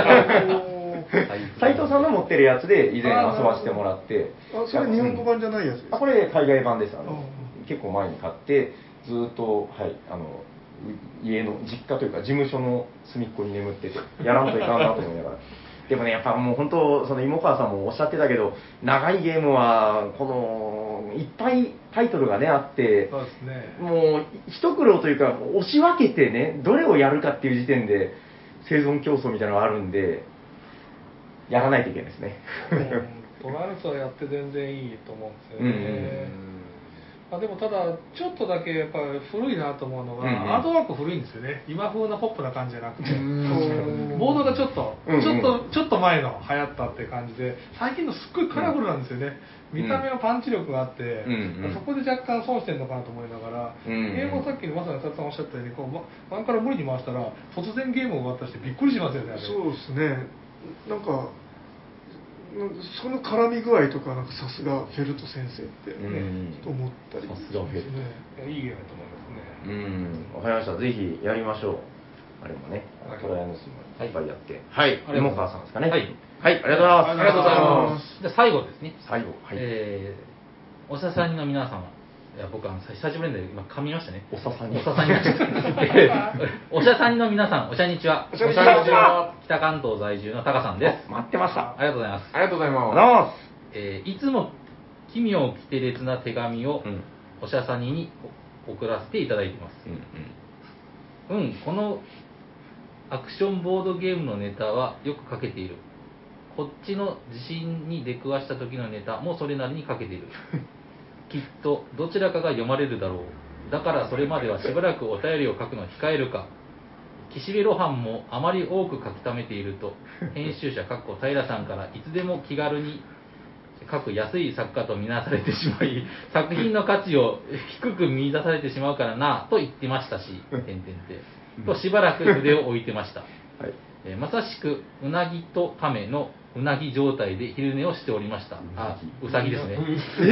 [SPEAKER 4] 斉藤さんの持ってるやつで以前遊ばせてもらって、
[SPEAKER 3] あそれ日本語版じゃないやつですか？
[SPEAKER 4] あこれ海外版です。あの
[SPEAKER 3] うん
[SPEAKER 4] 結構前に買ってずーっと、はい、あの家の実家というか事務所の隅っこに眠っててやらんといかんなと思いながら。でもね、やっぱもう本当、その芋川さんもおっしゃってたけど、長いゲームは、この、いっぱいタイトルがね、あって、
[SPEAKER 5] そうですね。
[SPEAKER 4] もう、一苦労というか、押し分けてね、どれをやるかっていう時点で、生存競争みたいなのがあるんで、やらないといけないですね。
[SPEAKER 5] トライアヌスはやって全然いいと思うんですよ
[SPEAKER 4] うんうん
[SPEAKER 5] ね。あでもただ、ちょっとだけやっぱり古いなと思うのが、
[SPEAKER 4] うんうん
[SPEAKER 5] アートワーク古いんですよね。今風なポップな感じじゃなくて、
[SPEAKER 3] ん
[SPEAKER 5] ボードがちょっと、
[SPEAKER 4] うんうん
[SPEAKER 5] ちょっと、ちょっと前の流行ったって感じで、最近のすっごいカラフルなんですよね。
[SPEAKER 4] うん
[SPEAKER 5] 見た目のパンチ力があって、
[SPEAKER 4] うんうん
[SPEAKER 5] そこで若干損してるのかなと思いながら、
[SPEAKER 4] うんうん
[SPEAKER 5] ゲームをさっきのまさに佐々さんおっしゃったように、こうま前から無理に回したら、突然ゲーム終わったりしてびっくりしますよね、あれ。
[SPEAKER 3] そうですね、なんかなんかその絡み具合とかなんかさすがフェルト先生って、
[SPEAKER 4] うん
[SPEAKER 3] ちょっと思ったり
[SPEAKER 4] さすがフェルト
[SPEAKER 3] ね。
[SPEAKER 5] いやいいゲームだと思いますね。
[SPEAKER 4] うん、わかりました。ぜひやりましょう。あれもね、
[SPEAKER 5] はい
[SPEAKER 4] トライアヌスもいっぱいやって。はい、芋川さんですかね。
[SPEAKER 1] はい
[SPEAKER 4] はい、ありがとうございます。
[SPEAKER 5] ありがとうござい
[SPEAKER 3] ます
[SPEAKER 1] じゃあ最後ですね。
[SPEAKER 4] 最後、はい。
[SPEAKER 1] えーおしゃさんの皆様、いや僕あの久しぶりなんで今噛みましたね。
[SPEAKER 4] おささに
[SPEAKER 1] おささに。えーおしゃさんの皆さん、おしゃにちは。
[SPEAKER 3] おしゃにちは
[SPEAKER 2] こんにちは。
[SPEAKER 1] 北関東在住のタカさんです。
[SPEAKER 4] 待ってました。
[SPEAKER 1] ありがとうございます。
[SPEAKER 2] ありがとうござい
[SPEAKER 4] ありがとうご
[SPEAKER 2] ま
[SPEAKER 4] ざいます。
[SPEAKER 1] えーいつも奇妙奇て烈な手紙を
[SPEAKER 4] うん
[SPEAKER 1] おしゃさにに送らせていただいています。
[SPEAKER 4] うんうん
[SPEAKER 1] うん、このアクションボードゲームのネタはよく書けている。こっちの地震に出くわした時のネタもそれなりに書けている。きっとどちらかが読まれるだろう。だからそれまではしばらくお便りを書くのを控えるか。岸辺露伴もあまり多く書き溜めていると、編集者かっこ平さんからいつでも気軽に書く安い作家とみなされてしまい、作品の価値を低く見出されてしまうからなと言ってましたし、てんてんてとしばらく筆を置いてました。
[SPEAKER 4] はい。
[SPEAKER 1] えーまさしくうなぎと亀のうなぎ状態で昼寝をしておりました。あ、うさぎですね。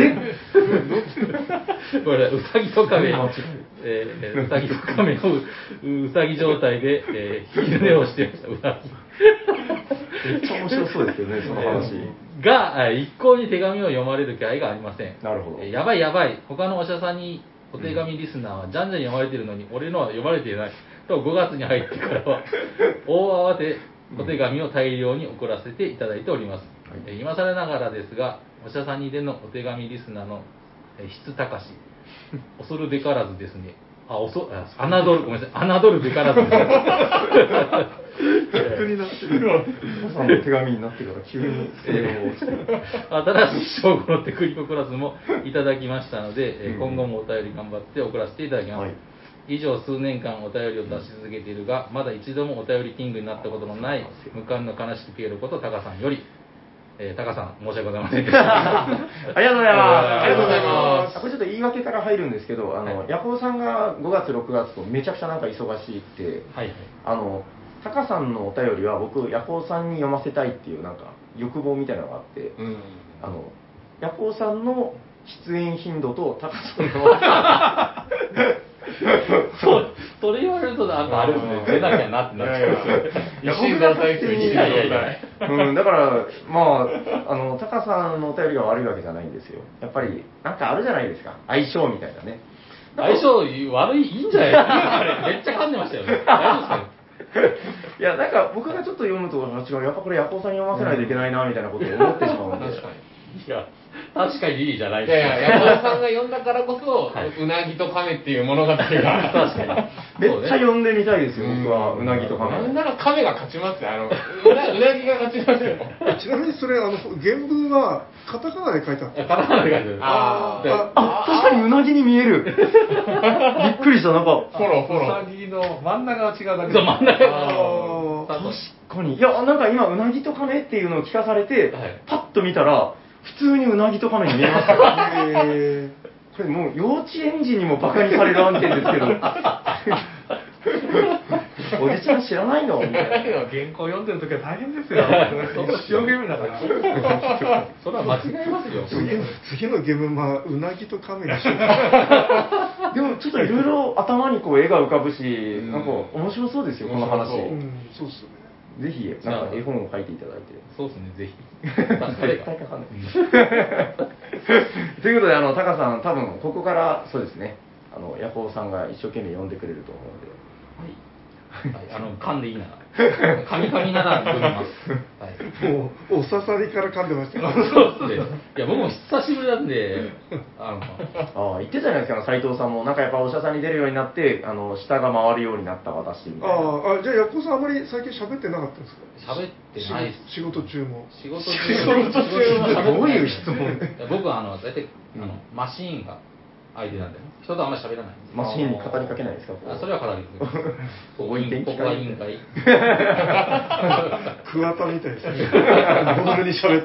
[SPEAKER 1] これうさぎと亀、えーうさぎと亀のううさぎ状態で、えー昼寝をしてました。うなぎ。
[SPEAKER 4] めっちゃ面白そうですけどね、その話。
[SPEAKER 1] が、えー一向に手紙を読まれる気配がありません。
[SPEAKER 4] なるほど
[SPEAKER 1] えーやばいやばい、他のお医者さんにお手紙リスナーはじゃんじゃん読まれてるのに、俺のは読まれていないとごがつに入ってからは大慌てお手紙を大量に送らせていただいております。
[SPEAKER 4] はい
[SPEAKER 1] えー今更ながらですが、お医者さんにでのお手紙リスナーのえー質高し、恐るべからずですね。あ、おそ、あ、侮る、ごめんなさい、侮るべからずです。
[SPEAKER 3] 逆になってる。
[SPEAKER 4] 皆さんの手紙になってから急にそれを
[SPEAKER 1] 新しい称号のテクニコクラスもいただきましたので、えー
[SPEAKER 4] うん
[SPEAKER 1] 今後もお便り頑張って送らせていただきます。
[SPEAKER 4] はい
[SPEAKER 1] 以上数年間お便りを出し続けているが、まだ一度もお便りキングになったことのない無冠の悲しくピエロことタカさんより、えー、タカさん申し訳ございませんでした。
[SPEAKER 4] ありがとうございます。
[SPEAKER 2] ありがとうございます
[SPEAKER 4] あこれちょっと言い訳から入るんですけど、あの、
[SPEAKER 1] はい
[SPEAKER 4] ヤコウさんがごがつ、ろくがつとめちゃくちゃなんか忙しいって、
[SPEAKER 1] はいはい。
[SPEAKER 4] あの、タカさんのお便りは僕、ヤコウさんに読ませたいっていうなんか欲望みたいなのがあって、
[SPEAKER 2] す。うん。
[SPEAKER 4] あの、ヤコウさんの出演頻度とタカさんの
[SPEAKER 1] そうそれ言われるとなんかあれですね、出なきゃなってなっちゃう。
[SPEAKER 4] いや
[SPEAKER 2] 一心同体ですよ、一心同
[SPEAKER 1] いやいやい
[SPEAKER 2] 体。
[SPEAKER 4] うん、だから、まあ、あの、タカさんのお便りが悪いわけじゃないんですよ。やっぱり、なんかあるじゃないですか。相性みたいなね。
[SPEAKER 1] 相性悪い、いいんじゃないですか。あれめっちゃ噛んでましたよね。大丈夫ですかね。
[SPEAKER 4] いや、なんか僕がちょっと読むと、あ違う、やっぱこれヤコウさんに読ませないといけないな、みたいなことを思ってしまうんで。
[SPEAKER 2] 確かに。
[SPEAKER 1] いや、確かにいいじゃない
[SPEAKER 2] い
[SPEAKER 1] ですか。
[SPEAKER 2] やいや、山田さんが読んだからこそ、
[SPEAKER 1] はいう
[SPEAKER 2] なぎと亀っていう物語が。
[SPEAKER 1] 確かに。
[SPEAKER 4] めっちゃ読んでみたいですよ、僕は、うなぎとか
[SPEAKER 2] なん
[SPEAKER 4] ね。
[SPEAKER 2] なら亀が勝ちますよ。あの、うなうなぎが勝ちますよ。
[SPEAKER 3] ちなみにそれあの原文はカタカナで書いてあった。
[SPEAKER 1] カタカナで書いてある。
[SPEAKER 2] あー
[SPEAKER 1] で
[SPEAKER 4] あ、確かにうなぎに見える。びっくりした、なんか。
[SPEAKER 2] フォロー、フォ
[SPEAKER 5] う
[SPEAKER 2] ロー。
[SPEAKER 5] さぎの真ん中が違うだけ
[SPEAKER 1] そう真ん中
[SPEAKER 3] あー
[SPEAKER 1] が
[SPEAKER 4] 確かに。いや、なんか今、うなぎと亀っていうのを聞かされて、
[SPEAKER 1] はい
[SPEAKER 4] パッと見たら、普通にうなぎと亀に見えますよ。
[SPEAKER 3] へ
[SPEAKER 4] これもう幼稚園児にもバカにされる案件ですけど。
[SPEAKER 1] こ
[SPEAKER 4] おじちゃん知らないのみたいな。
[SPEAKER 5] 原稿読んでる時は大変ですよ。一生懸命だから。
[SPEAKER 1] それは間違いますよ。
[SPEAKER 3] 次の次のゲームマうなぎと亀にしようか。
[SPEAKER 4] でもちょっといろいろ頭にこう絵が浮かぶし、なんか面白そうですよ、この話。
[SPEAKER 2] 面白そう
[SPEAKER 3] うん、そうっすよね。
[SPEAKER 4] ぜひ、なんか絵本を書いていただいて。
[SPEAKER 1] そうですね、ぜひ。
[SPEAKER 4] 絶対書かない。ということで、あの、タカさん、多分、ここから、そうですね、あの、ヤコウさんが一生懸命読んでくれると思うので。
[SPEAKER 1] はい、あの噛んでいいなら、噛み噛みなら読みます。はい、
[SPEAKER 3] もうお刺さりから噛んでましたよ。
[SPEAKER 1] そうですね。いや僕も久しぶりなんで、あの
[SPEAKER 4] ああ、言ってたじゃないですか、斉藤さんも、なんかやっぱお医者さんに出るようになって、あの舌が回るようになった私みたいな。
[SPEAKER 3] ああ、じゃあ、ヤッコさん、あまり最近喋ってなかったんですか？
[SPEAKER 1] 喋ってないです。
[SPEAKER 3] 仕事中も。
[SPEAKER 1] 仕事中は
[SPEAKER 4] どういう質問？
[SPEAKER 1] いや僕はあの大体あのマシーンが相手なんで、人とあんまり喋らないんです。
[SPEAKER 4] マシーンに語りかけないですか？
[SPEAKER 1] あ、それは語りかけます。ここ委員ここは委員会。
[SPEAKER 3] 桑田みたいですね。ボールに喋って。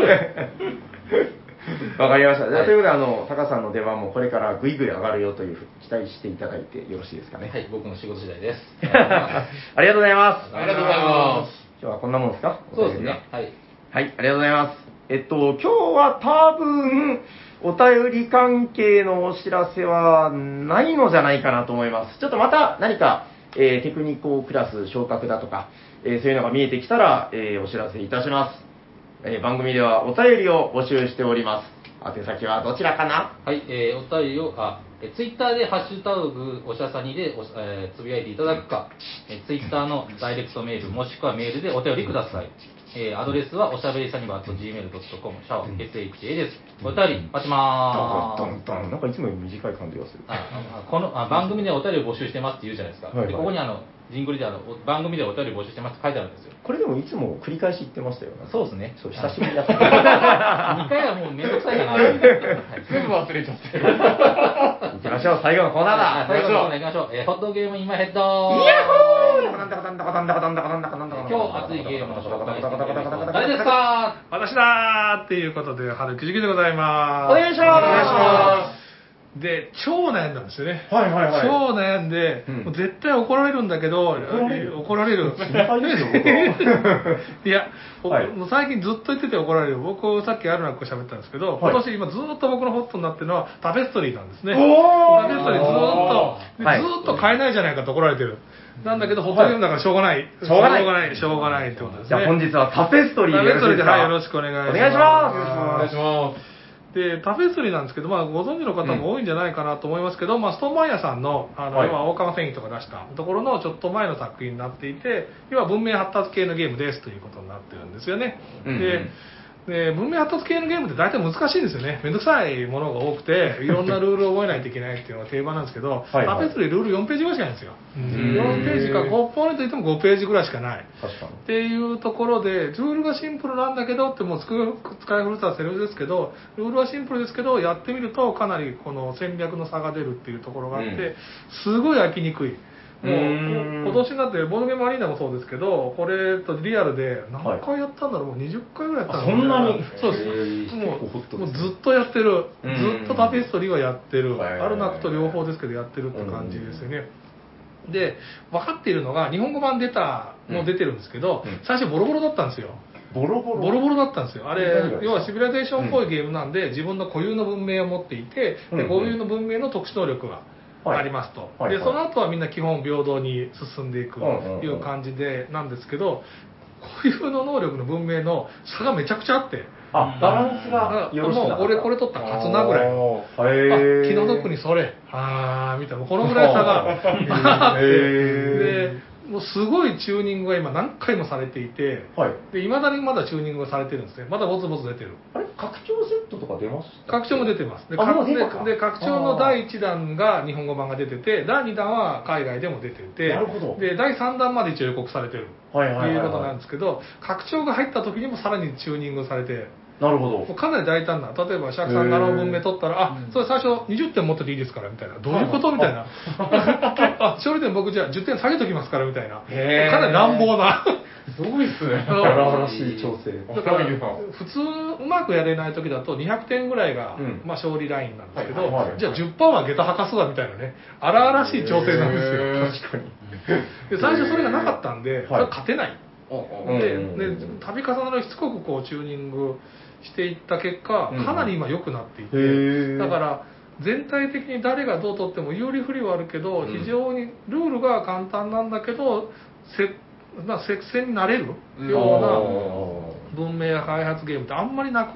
[SPEAKER 4] わかりました。じゃあ、
[SPEAKER 1] はい
[SPEAKER 4] ということで、あの、タカさんの出番もこれからぐいぐい上がるよという期待していただいてよろしいですかね。
[SPEAKER 1] はい、僕の仕事次第です。
[SPEAKER 4] ありがとうございます。
[SPEAKER 2] ありがとうございます。
[SPEAKER 4] 今日はこんなもんですか？
[SPEAKER 1] そうですね。はい。
[SPEAKER 4] はい、ありがとうございます。えっと、今日は多分、お便り関係のお知らせはないのじゃないかなと思います。ちょっとまた何か、えーテクニコクラス昇格だとか、えーそういうのが見えてきたら、えーお知らせいたします。えー番組ではお便りを募集しております。宛先はどちらかな？
[SPEAKER 1] はい、えーお便りを、あ、えツイッター Twitter でハッシュタグおしゃさにでおし、えーつぶやいていただくか、えー、Twitter のダイレクトメールもしくはメールでお便りください。えーアドレスはおしゃべりサニバー ジーメールドットコム、シャオ エスエイチエー です。お便り待ちまーす。
[SPEAKER 4] ドンドン。なんかいつもより短い感じがする。
[SPEAKER 1] ああこのあ番組でお便りを募集してますって言うじゃないですか。
[SPEAKER 4] はいはい
[SPEAKER 1] でここにあのジングルであのお番組でお便り募集してますって書いてあるんですよ。
[SPEAKER 4] これでもいつも繰り返し言ってましたよね。
[SPEAKER 1] そうですね。
[SPEAKER 4] そう、久しぶりだった。
[SPEAKER 1] にかいはもうめんどくさいかな。はい
[SPEAKER 2] 全部忘れちゃってる。
[SPEAKER 4] 行きましょう、最後のコーナーだ。
[SPEAKER 1] あ最後のコーナー行きましょう。えーホットゲーム今ヘッド。
[SPEAKER 4] イヤホー！なんだかなんだかなんだかなんだかなんだかなんだか
[SPEAKER 1] 今日熱いゲームの紹介してくれる人は誰ですか？
[SPEAKER 5] 私だーっていうことで、春くじきでございます。
[SPEAKER 4] お願いします。
[SPEAKER 2] お願いしま
[SPEAKER 5] で、超悩んだんですよね。
[SPEAKER 4] はいはいはい
[SPEAKER 5] 超悩んで、
[SPEAKER 4] うん
[SPEAKER 5] もう絶対怒られるんだけど、
[SPEAKER 4] 怒られる
[SPEAKER 5] 怒られる。
[SPEAKER 4] 心配ですよ僕はい
[SPEAKER 5] や、
[SPEAKER 4] はい
[SPEAKER 5] もう最近ずっと言ってて怒られる。僕、さっきアルナック喋ったんですけど、
[SPEAKER 4] はい
[SPEAKER 5] 今年今ずっと僕のホットになってるのはタペストリーなんですね。
[SPEAKER 4] おー
[SPEAKER 5] タペストリーずーっと、で
[SPEAKER 4] はい
[SPEAKER 5] ずーっと買えないじゃないかと怒られてる。なんだけど、ホットゲームだからしょうがない。
[SPEAKER 4] しょうがない
[SPEAKER 5] しょうがない、しょうがないってことですね。
[SPEAKER 4] じゃあ本日はタペストリー
[SPEAKER 5] タ
[SPEAKER 4] で
[SPEAKER 5] ペストリーで、はい、よ
[SPEAKER 4] よろしい
[SPEAKER 5] ろしくお願いします。
[SPEAKER 4] お願いします
[SPEAKER 2] お願いします。
[SPEAKER 5] で、タペストリーなんですけど、まあ、ご存知の方も多いんじゃないかなと思いますけど、まあ、ストーンマイヤーさんの、あの、
[SPEAKER 4] はい
[SPEAKER 5] 要は大川繊維とか出したところのちょっと前の作品になっていて、要は文明発達系のゲームですということになってるんですよね。
[SPEAKER 4] うんうん
[SPEAKER 5] で、で文明発達系のゲームって大体難しいんですよね。めんどくさいものが多くて、いろんなルールを覚えないといけないっていうのが定番なんですけど、
[SPEAKER 4] はいはい
[SPEAKER 5] タペストリールールよんページぐらいしかないんですよ。
[SPEAKER 4] ん
[SPEAKER 5] よんページかごポイント言ってもごページぐらいしかない。
[SPEAKER 4] 確かに
[SPEAKER 5] っていうところで、ルールがシンプルなんだけどってもう使い使い古さはセリフですけど、ルールはシンプルですけど、やってみるとかなりこの戦略の差が出るっていうところがあって、
[SPEAKER 4] うん
[SPEAKER 5] すごい飽きにくい。もう
[SPEAKER 4] うーん
[SPEAKER 5] 今年になってボードゲームアリーナもそうですけど、これとリアルで何回やったんだろう、もうにじゅっかいぐらいやった
[SPEAKER 4] あそんなに
[SPEAKER 5] そうです。
[SPEAKER 4] へー
[SPEAKER 5] も
[SPEAKER 4] 結構ホット
[SPEAKER 5] うもう
[SPEAKER 4] ですね
[SPEAKER 5] ずっとやってる。
[SPEAKER 4] うん
[SPEAKER 5] ずっとタペストリーはやってる。
[SPEAKER 4] はい
[SPEAKER 5] アルナックと両方ですけどやってるって感じですよね。で、分かっているのが、日本語版出た、もう出てるんですけど、
[SPEAKER 4] うん
[SPEAKER 5] 最初ボロボロだったんですよ。
[SPEAKER 4] ボロボロ
[SPEAKER 5] ボロボロだったんですよ。あれ
[SPEAKER 4] 何がです、か
[SPEAKER 5] 要はシビラゼーションっぽいゲームなんで、自分の固有の文明を持っていて、で
[SPEAKER 4] うんうん
[SPEAKER 5] 固有の文明の特殊能力が
[SPEAKER 4] はい
[SPEAKER 5] ありますと。
[SPEAKER 4] はいはい
[SPEAKER 5] で、その後はみんな基本平等に進んでいくと
[SPEAKER 4] うんうんうん
[SPEAKER 5] いう感じで、なんですけど、固有の能力の文明の差がめちゃくちゃあって、
[SPEAKER 4] あ、バランスがよろしくなかった。
[SPEAKER 5] もう俺これ取ったら勝つなぐらいの
[SPEAKER 4] あーへー
[SPEAKER 5] あ気の毒にそれ、あーみたいな、このぐらい差があって、
[SPEAKER 4] へ
[SPEAKER 5] で、もうすごいチューニングが今何回もされていて、
[SPEAKER 4] はい。
[SPEAKER 5] で、未だにまだチューニングがされてるんですね。まだボツボツ出てる。
[SPEAKER 4] あれ拡張セットとか出ました
[SPEAKER 5] 拡張も出てます。で、
[SPEAKER 4] あ
[SPEAKER 5] か
[SPEAKER 4] もう出たか
[SPEAKER 5] でで拡張のだいいちだんが日本語版が出てて、だいにだんは海外でも出てて、
[SPEAKER 4] なるほど
[SPEAKER 5] で、だいさんだんまで一応予告されてる
[SPEAKER 4] はいはいはいはい
[SPEAKER 5] いうことなんですけど、拡張が入った時にもさらにチューニングされて、
[SPEAKER 4] なるほど。
[SPEAKER 5] もうかなり大胆な、例えば、シャークさんがあの文明取ったら、あ、それ最初にじゅってん持ってていいですから、みたいな。どういうことみたいな。あ、勝利点僕じゃあじゅってん下げときますから、みたいな。か
[SPEAKER 4] へー
[SPEAKER 5] なり乱暴な。
[SPEAKER 2] すごいっすね。
[SPEAKER 4] 荒々しい調整。
[SPEAKER 5] だから普通うまくやれない時だとにひゃくてんぐらいが、
[SPEAKER 4] うん
[SPEAKER 5] まあ、勝利ラインなんですけど、
[SPEAKER 2] はいはいはい
[SPEAKER 5] じゃあ じゅっパーセント は下駄履かすわみたいなね荒々しい調整なんですよ。
[SPEAKER 4] 確かに。
[SPEAKER 5] で最初それがなかったんで、それは勝てない。
[SPEAKER 4] うん
[SPEAKER 5] で、
[SPEAKER 4] うん
[SPEAKER 5] で度重なるしつこくこうチューニングしていった結果、
[SPEAKER 4] うん
[SPEAKER 5] かなり今良くなっていて、
[SPEAKER 4] へー
[SPEAKER 5] だから全体的に誰がどう取っても有利不利はあるけど、
[SPEAKER 4] うん
[SPEAKER 5] 非常にルールが簡単なんだけどせな接戦になれるような文明や開発ゲームってあんまりなくって。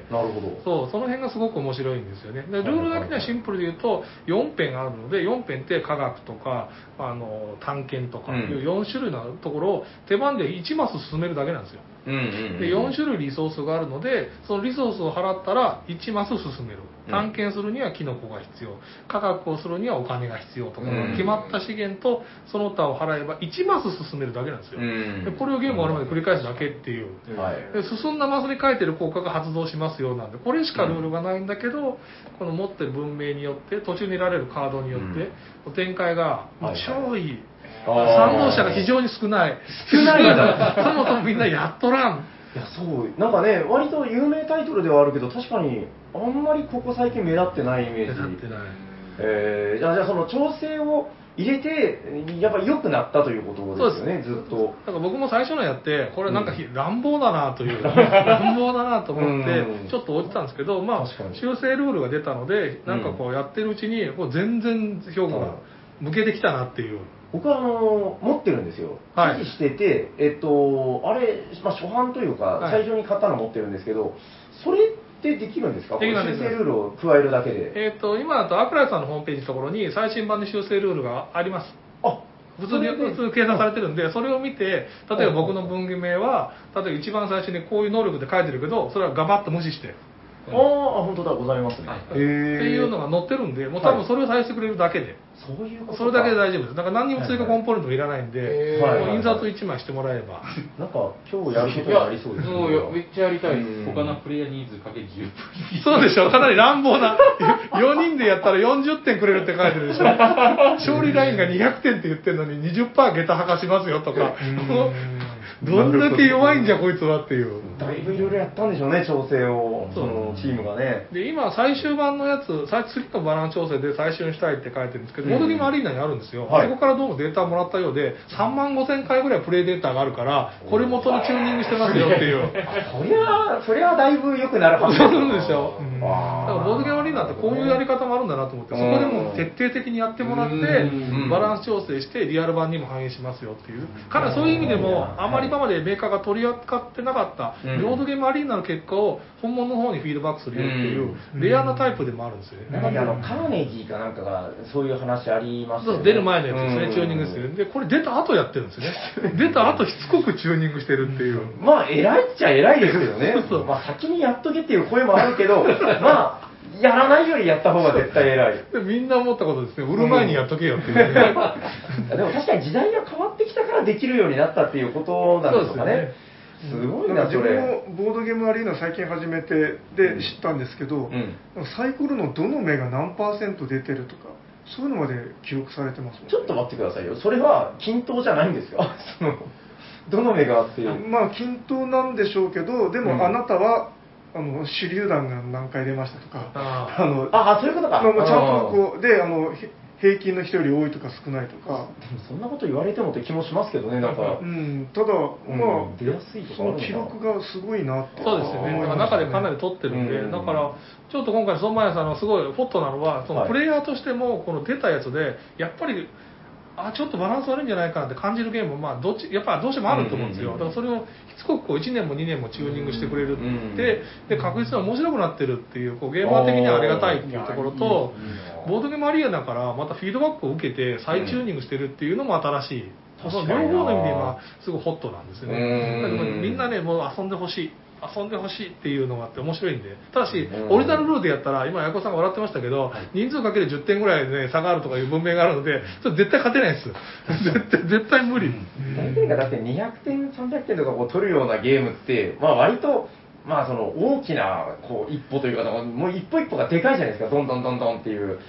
[SPEAKER 4] なるほど。
[SPEAKER 5] そうその辺がすごく面白いんですよね。でルールだけにはシンプルで言うとよん編あるので、よん編って科学とかあの探検とかいうよん種類のところを手番でいちマス進めるだけなんですよ。
[SPEAKER 4] うんうんうん、
[SPEAKER 5] でよん種類リソースがあるので、そのリソースを払ったらいちマス進める。探検するにはキノコが必要、科学をするにはお金が必要とか、
[SPEAKER 4] うん
[SPEAKER 5] 決まった資源とその他を払えばいちマス進めるだけなんですよ。
[SPEAKER 4] うん
[SPEAKER 5] でこれをゲーム終わるまで繰り返すだけっていう。
[SPEAKER 4] はい。
[SPEAKER 5] で進んだマスに書いてる効果が発動しますよなんで、これしかルールがないんだけど、この持ってる文明によって途中に得られるカードによって、展開がもう超いい、
[SPEAKER 4] あー
[SPEAKER 5] 賛同者が非常に少ない
[SPEAKER 4] 少ないんだ
[SPEAKER 5] そもそもみんなやっとらん。
[SPEAKER 4] いや、そう、なんかね、割と有名タイトルではあるけど、確かにあんまりここ最近目立ってないイメージ。
[SPEAKER 5] 目立ってない。
[SPEAKER 4] えー、じゃあ、じゃあその調整を入れて、やっぱり良くなったということですよね、ずっと。
[SPEAKER 5] だから僕も最初のやってこれなんかひ、うん、乱暴だなという乱暴だなと思って
[SPEAKER 4] うん
[SPEAKER 5] ちょっと落ちたんですけど、まあ
[SPEAKER 4] 確かに
[SPEAKER 5] 修正ルールが出たのでなんかこうやってるうちにこう全然評価が向けてきたなっていう。
[SPEAKER 4] 僕はあの持ってるんですよ、
[SPEAKER 5] はい
[SPEAKER 4] 保持してて、えっと、あれ、まあ、初版というか、
[SPEAKER 5] はい
[SPEAKER 4] 最初に買ったの持ってるんですけど、それってできるんですか、
[SPEAKER 5] できます
[SPEAKER 4] 修正ルールを加えるだけで。
[SPEAKER 5] えー、と今だとアクライさんのホームページのところに最新版の修正ルールがあります。
[SPEAKER 4] あ
[SPEAKER 5] 普通に
[SPEAKER 4] それで
[SPEAKER 5] 普通計算されてるんで、それを見て、例えば僕の分岐名は例えば一番最初にこういう能力で書いてるけど、それはガバッと無視して
[SPEAKER 4] ああ、本当だ、ございますね。
[SPEAKER 1] はい
[SPEAKER 5] っていうのが載ってるんで、もう多分それを再生してくれるだけで、
[SPEAKER 4] そういうことか。
[SPEAKER 5] それだけで大丈夫です。だから何にも追加コンポーネントもいらないんで、
[SPEAKER 4] はい
[SPEAKER 5] もう印刷いちまいしてもらえば。
[SPEAKER 4] なんか、今日やることになりそうですね。
[SPEAKER 2] もうよめっちゃやりたいです。
[SPEAKER 1] 他のプレイヤー人数かけじゅう
[SPEAKER 5] そうでしょ、かなり乱暴な、よにんでやったらよんじゅってんくれるって書いてるでしょ、勝利ラインがにひゃくてんって言ってるのににじゅっパーセント下駄履かしますよとか、どんだけ弱いんじゃこいつはっていう。
[SPEAKER 4] だいぶいろいろやったんでしょうね、調整を、
[SPEAKER 5] そ
[SPEAKER 4] そうのチームがね。
[SPEAKER 5] で今最終版のやつ、最次のバランス調整で最終にしたいって書いてるんですけど、
[SPEAKER 4] うん
[SPEAKER 5] ボードゲームアリーナにあるんですよ、
[SPEAKER 4] はい
[SPEAKER 5] そこからどうもデータもらったようでさんまんごせんかいぐらいプレイデータがあるから、これ元にチューニングしてますよっていう
[SPEAKER 4] そりゃ、そりゃだいぶ良くなるはず
[SPEAKER 5] そうなんですよ。だ
[SPEAKER 4] あー
[SPEAKER 5] からボードゲームアリーナってこういうやり方もあるんだなと思って、そこでもう徹底的にやってもらって
[SPEAKER 4] うん
[SPEAKER 5] バランス調整してリアル版にも反映しますよっていう、かなりそういう意味でもあまり今までメーカーが取り扱ってなかった
[SPEAKER 4] うん
[SPEAKER 5] ボードゲームアリーナの結果を本物の方にフィードバックするよっていうレアなタイプでもあるんですよね。
[SPEAKER 4] なんだっけ、あの、カーネギーかなんかが、そういう話ありましたよね。
[SPEAKER 5] そう出る前のやつですね、
[SPEAKER 4] うん
[SPEAKER 5] チューニングしてる。で、これ出た後やってるんですよね。出た後しつこくチューニングしてるっていう。
[SPEAKER 4] まあ、偉いっちゃ偉いですけどね。
[SPEAKER 5] そうそう
[SPEAKER 4] まあ、先にやっとけっていう声もあるけど、まあ、やらないよりやった方が絶対偉い。
[SPEAKER 5] でみんな思ったことですね、売る前にやっとけよっていう、ね。
[SPEAKER 4] でも確かに時代が変わってきたからできるようになったっていうことなんでしょうかね。すごいな、そ
[SPEAKER 3] なんか自分
[SPEAKER 4] れ。
[SPEAKER 3] もボードゲームアリーナ最近始めてで知ったんですけど、
[SPEAKER 4] ん
[SPEAKER 3] なんかサイコロのどの目が何パーセント出てるとか、そういうのまで記録されてますもんね。
[SPEAKER 4] ちょっと待ってくださいよ。それは均等じゃないんですかその、どの目があって。
[SPEAKER 3] まあ均等なんでしょうけど、で
[SPEAKER 4] うん
[SPEAKER 3] もあなたは、あの手榴弾が何回出ましたとか、
[SPEAKER 5] あ
[SPEAKER 3] あの
[SPEAKER 4] ああ、そういうことか。
[SPEAKER 3] まあもうちゃんとこうであのへ平均の人より多いとか少ないとか、
[SPEAKER 4] でもそんなこと言われてもって気もしますけどね、なんか。
[SPEAKER 3] うん、ただ、まあ
[SPEAKER 4] 出やすいとか
[SPEAKER 3] その記録がすごいなって
[SPEAKER 5] そうですよね、だから中でかなり取ってるんで、
[SPEAKER 4] うん
[SPEAKER 5] だからちょっと今回、相馬屋さんのすごいホットなのは、その
[SPEAKER 4] はい
[SPEAKER 5] プレイヤーとしても、この出たやつで、やっぱり、あちょっとバランス悪いんじゃないかなって感じるゲームも、まあ、どっちやっぱどうしてもあると思うんですよ、
[SPEAKER 4] うん
[SPEAKER 5] だからそれをしつこくこういちねんもにねんもチューニングしてくれるって、
[SPEAKER 4] うん
[SPEAKER 5] で確実に面白くなってるっていう、こうゲーマー的にはありがたいっていうところと、ボードゲームアリーナだから、またフィードバックを受けて、再チューニングしてるっていうのも新しい。その両方の意味で今すごいホットなんですよね。だけどみんなねもう遊んでほしい。遊んでほしいっていうのがあって面白いんで、ただし、オリジナルルールでやったら、今、ヤコさんが笑ってましたけど、人数かけるじゅってんぐらいで、ね、差があるとかいう文明があるので、それ絶対勝てないです、絶対絶対無理。
[SPEAKER 4] 大体がだってにひゃくてん、さんびゃくてんとかこう取るようなゲームって、まあ割と、まあその大きなこう一歩というか、もう一歩一歩がでかいじゃないですか、どんどんどんどんっていう。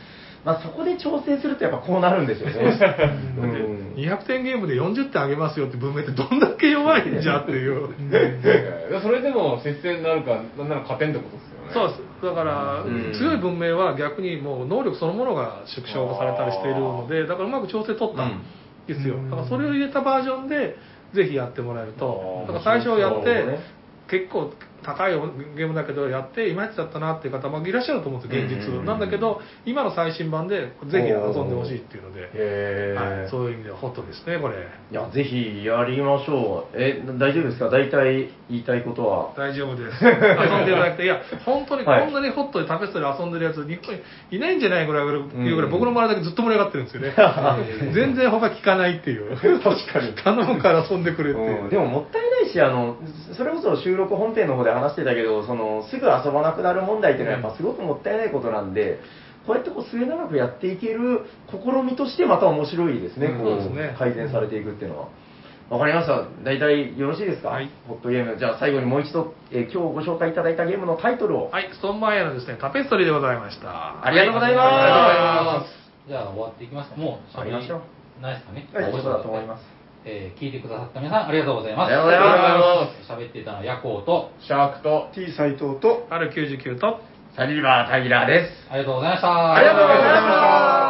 [SPEAKER 4] まあ、そこで調整するとやっぱこうなるんですよね。うん
[SPEAKER 5] にひゃくてんゲームでよんじゅってんあげますよって文明ってどんだけ弱いんじゃっていう。
[SPEAKER 2] いやそれでも接戦になるか、なんなら勝てんってことですよね。
[SPEAKER 5] そうです。だから、
[SPEAKER 4] うん
[SPEAKER 5] 強い文明は逆にもう能力そのものが縮小されたりしているので、だからうまく調整取ったんですよ。
[SPEAKER 3] うん
[SPEAKER 5] だからそれを入れたバージョンで、ぜひやってもらえると。だから最初やって、結構高いゲームだけどやっていまいちだったなっていう方もいらっしゃると思うんですよ、現実。なんだけど、今の最新版でぜひ遊んでほしいっていうので、
[SPEAKER 4] へー
[SPEAKER 5] はい、そういう意味ではホットですね、これ。
[SPEAKER 4] いや、ぜひやりましょう。え、大丈夫ですか？大体言いたいことは。
[SPEAKER 5] 大丈夫です。遊んでいただいて、いや、本当にこんなにホットでタペストで遊んでるやつ、日本にいないんじゃないぐらい、いうぐらい僕の周りだけずっと盛り上がってるんですよね。全然他聞かないっていう。
[SPEAKER 4] 確かに。
[SPEAKER 5] 頼むから遊んでくれっていう。
[SPEAKER 4] うん、でももったいないし、あの、それこそ収録本編の方で話してたけど、その、すぐ遊ばなくなる問題っていうのはやっぱすごくもったいないことなんで、こうやってこう末永くやっていける試みとしてまた面白いですね、
[SPEAKER 5] うん
[SPEAKER 4] こう
[SPEAKER 5] そうですね
[SPEAKER 4] 改善されていくっていうのは。わかりました。大体よろしいですか、
[SPEAKER 5] はい、
[SPEAKER 4] ホットゲーム。じゃあ最後にもう一度、えー今日ご紹介いただいたゲームのタイトルを。
[SPEAKER 5] はい、ストーンバイヤーのですね、タペストリーでございました。
[SPEAKER 4] ありがとうございます。
[SPEAKER 1] ありがとうございます。じゃあ終わっていきますか。もう
[SPEAKER 4] 終わりましょう
[SPEAKER 1] ないですかね。
[SPEAKER 4] はい、そうだと思います。
[SPEAKER 1] えー聞いてくださった皆さんありがとうございます。
[SPEAKER 4] ありがとうございます
[SPEAKER 1] 喋っていたのはヤコウと、
[SPEAKER 2] シャークと
[SPEAKER 3] T 斎藤と
[SPEAKER 5] アールきゅうじゅうきゅうと、
[SPEAKER 4] サリバー・タイラーです。
[SPEAKER 1] ありがとうございました。
[SPEAKER 4] ありがとうございました。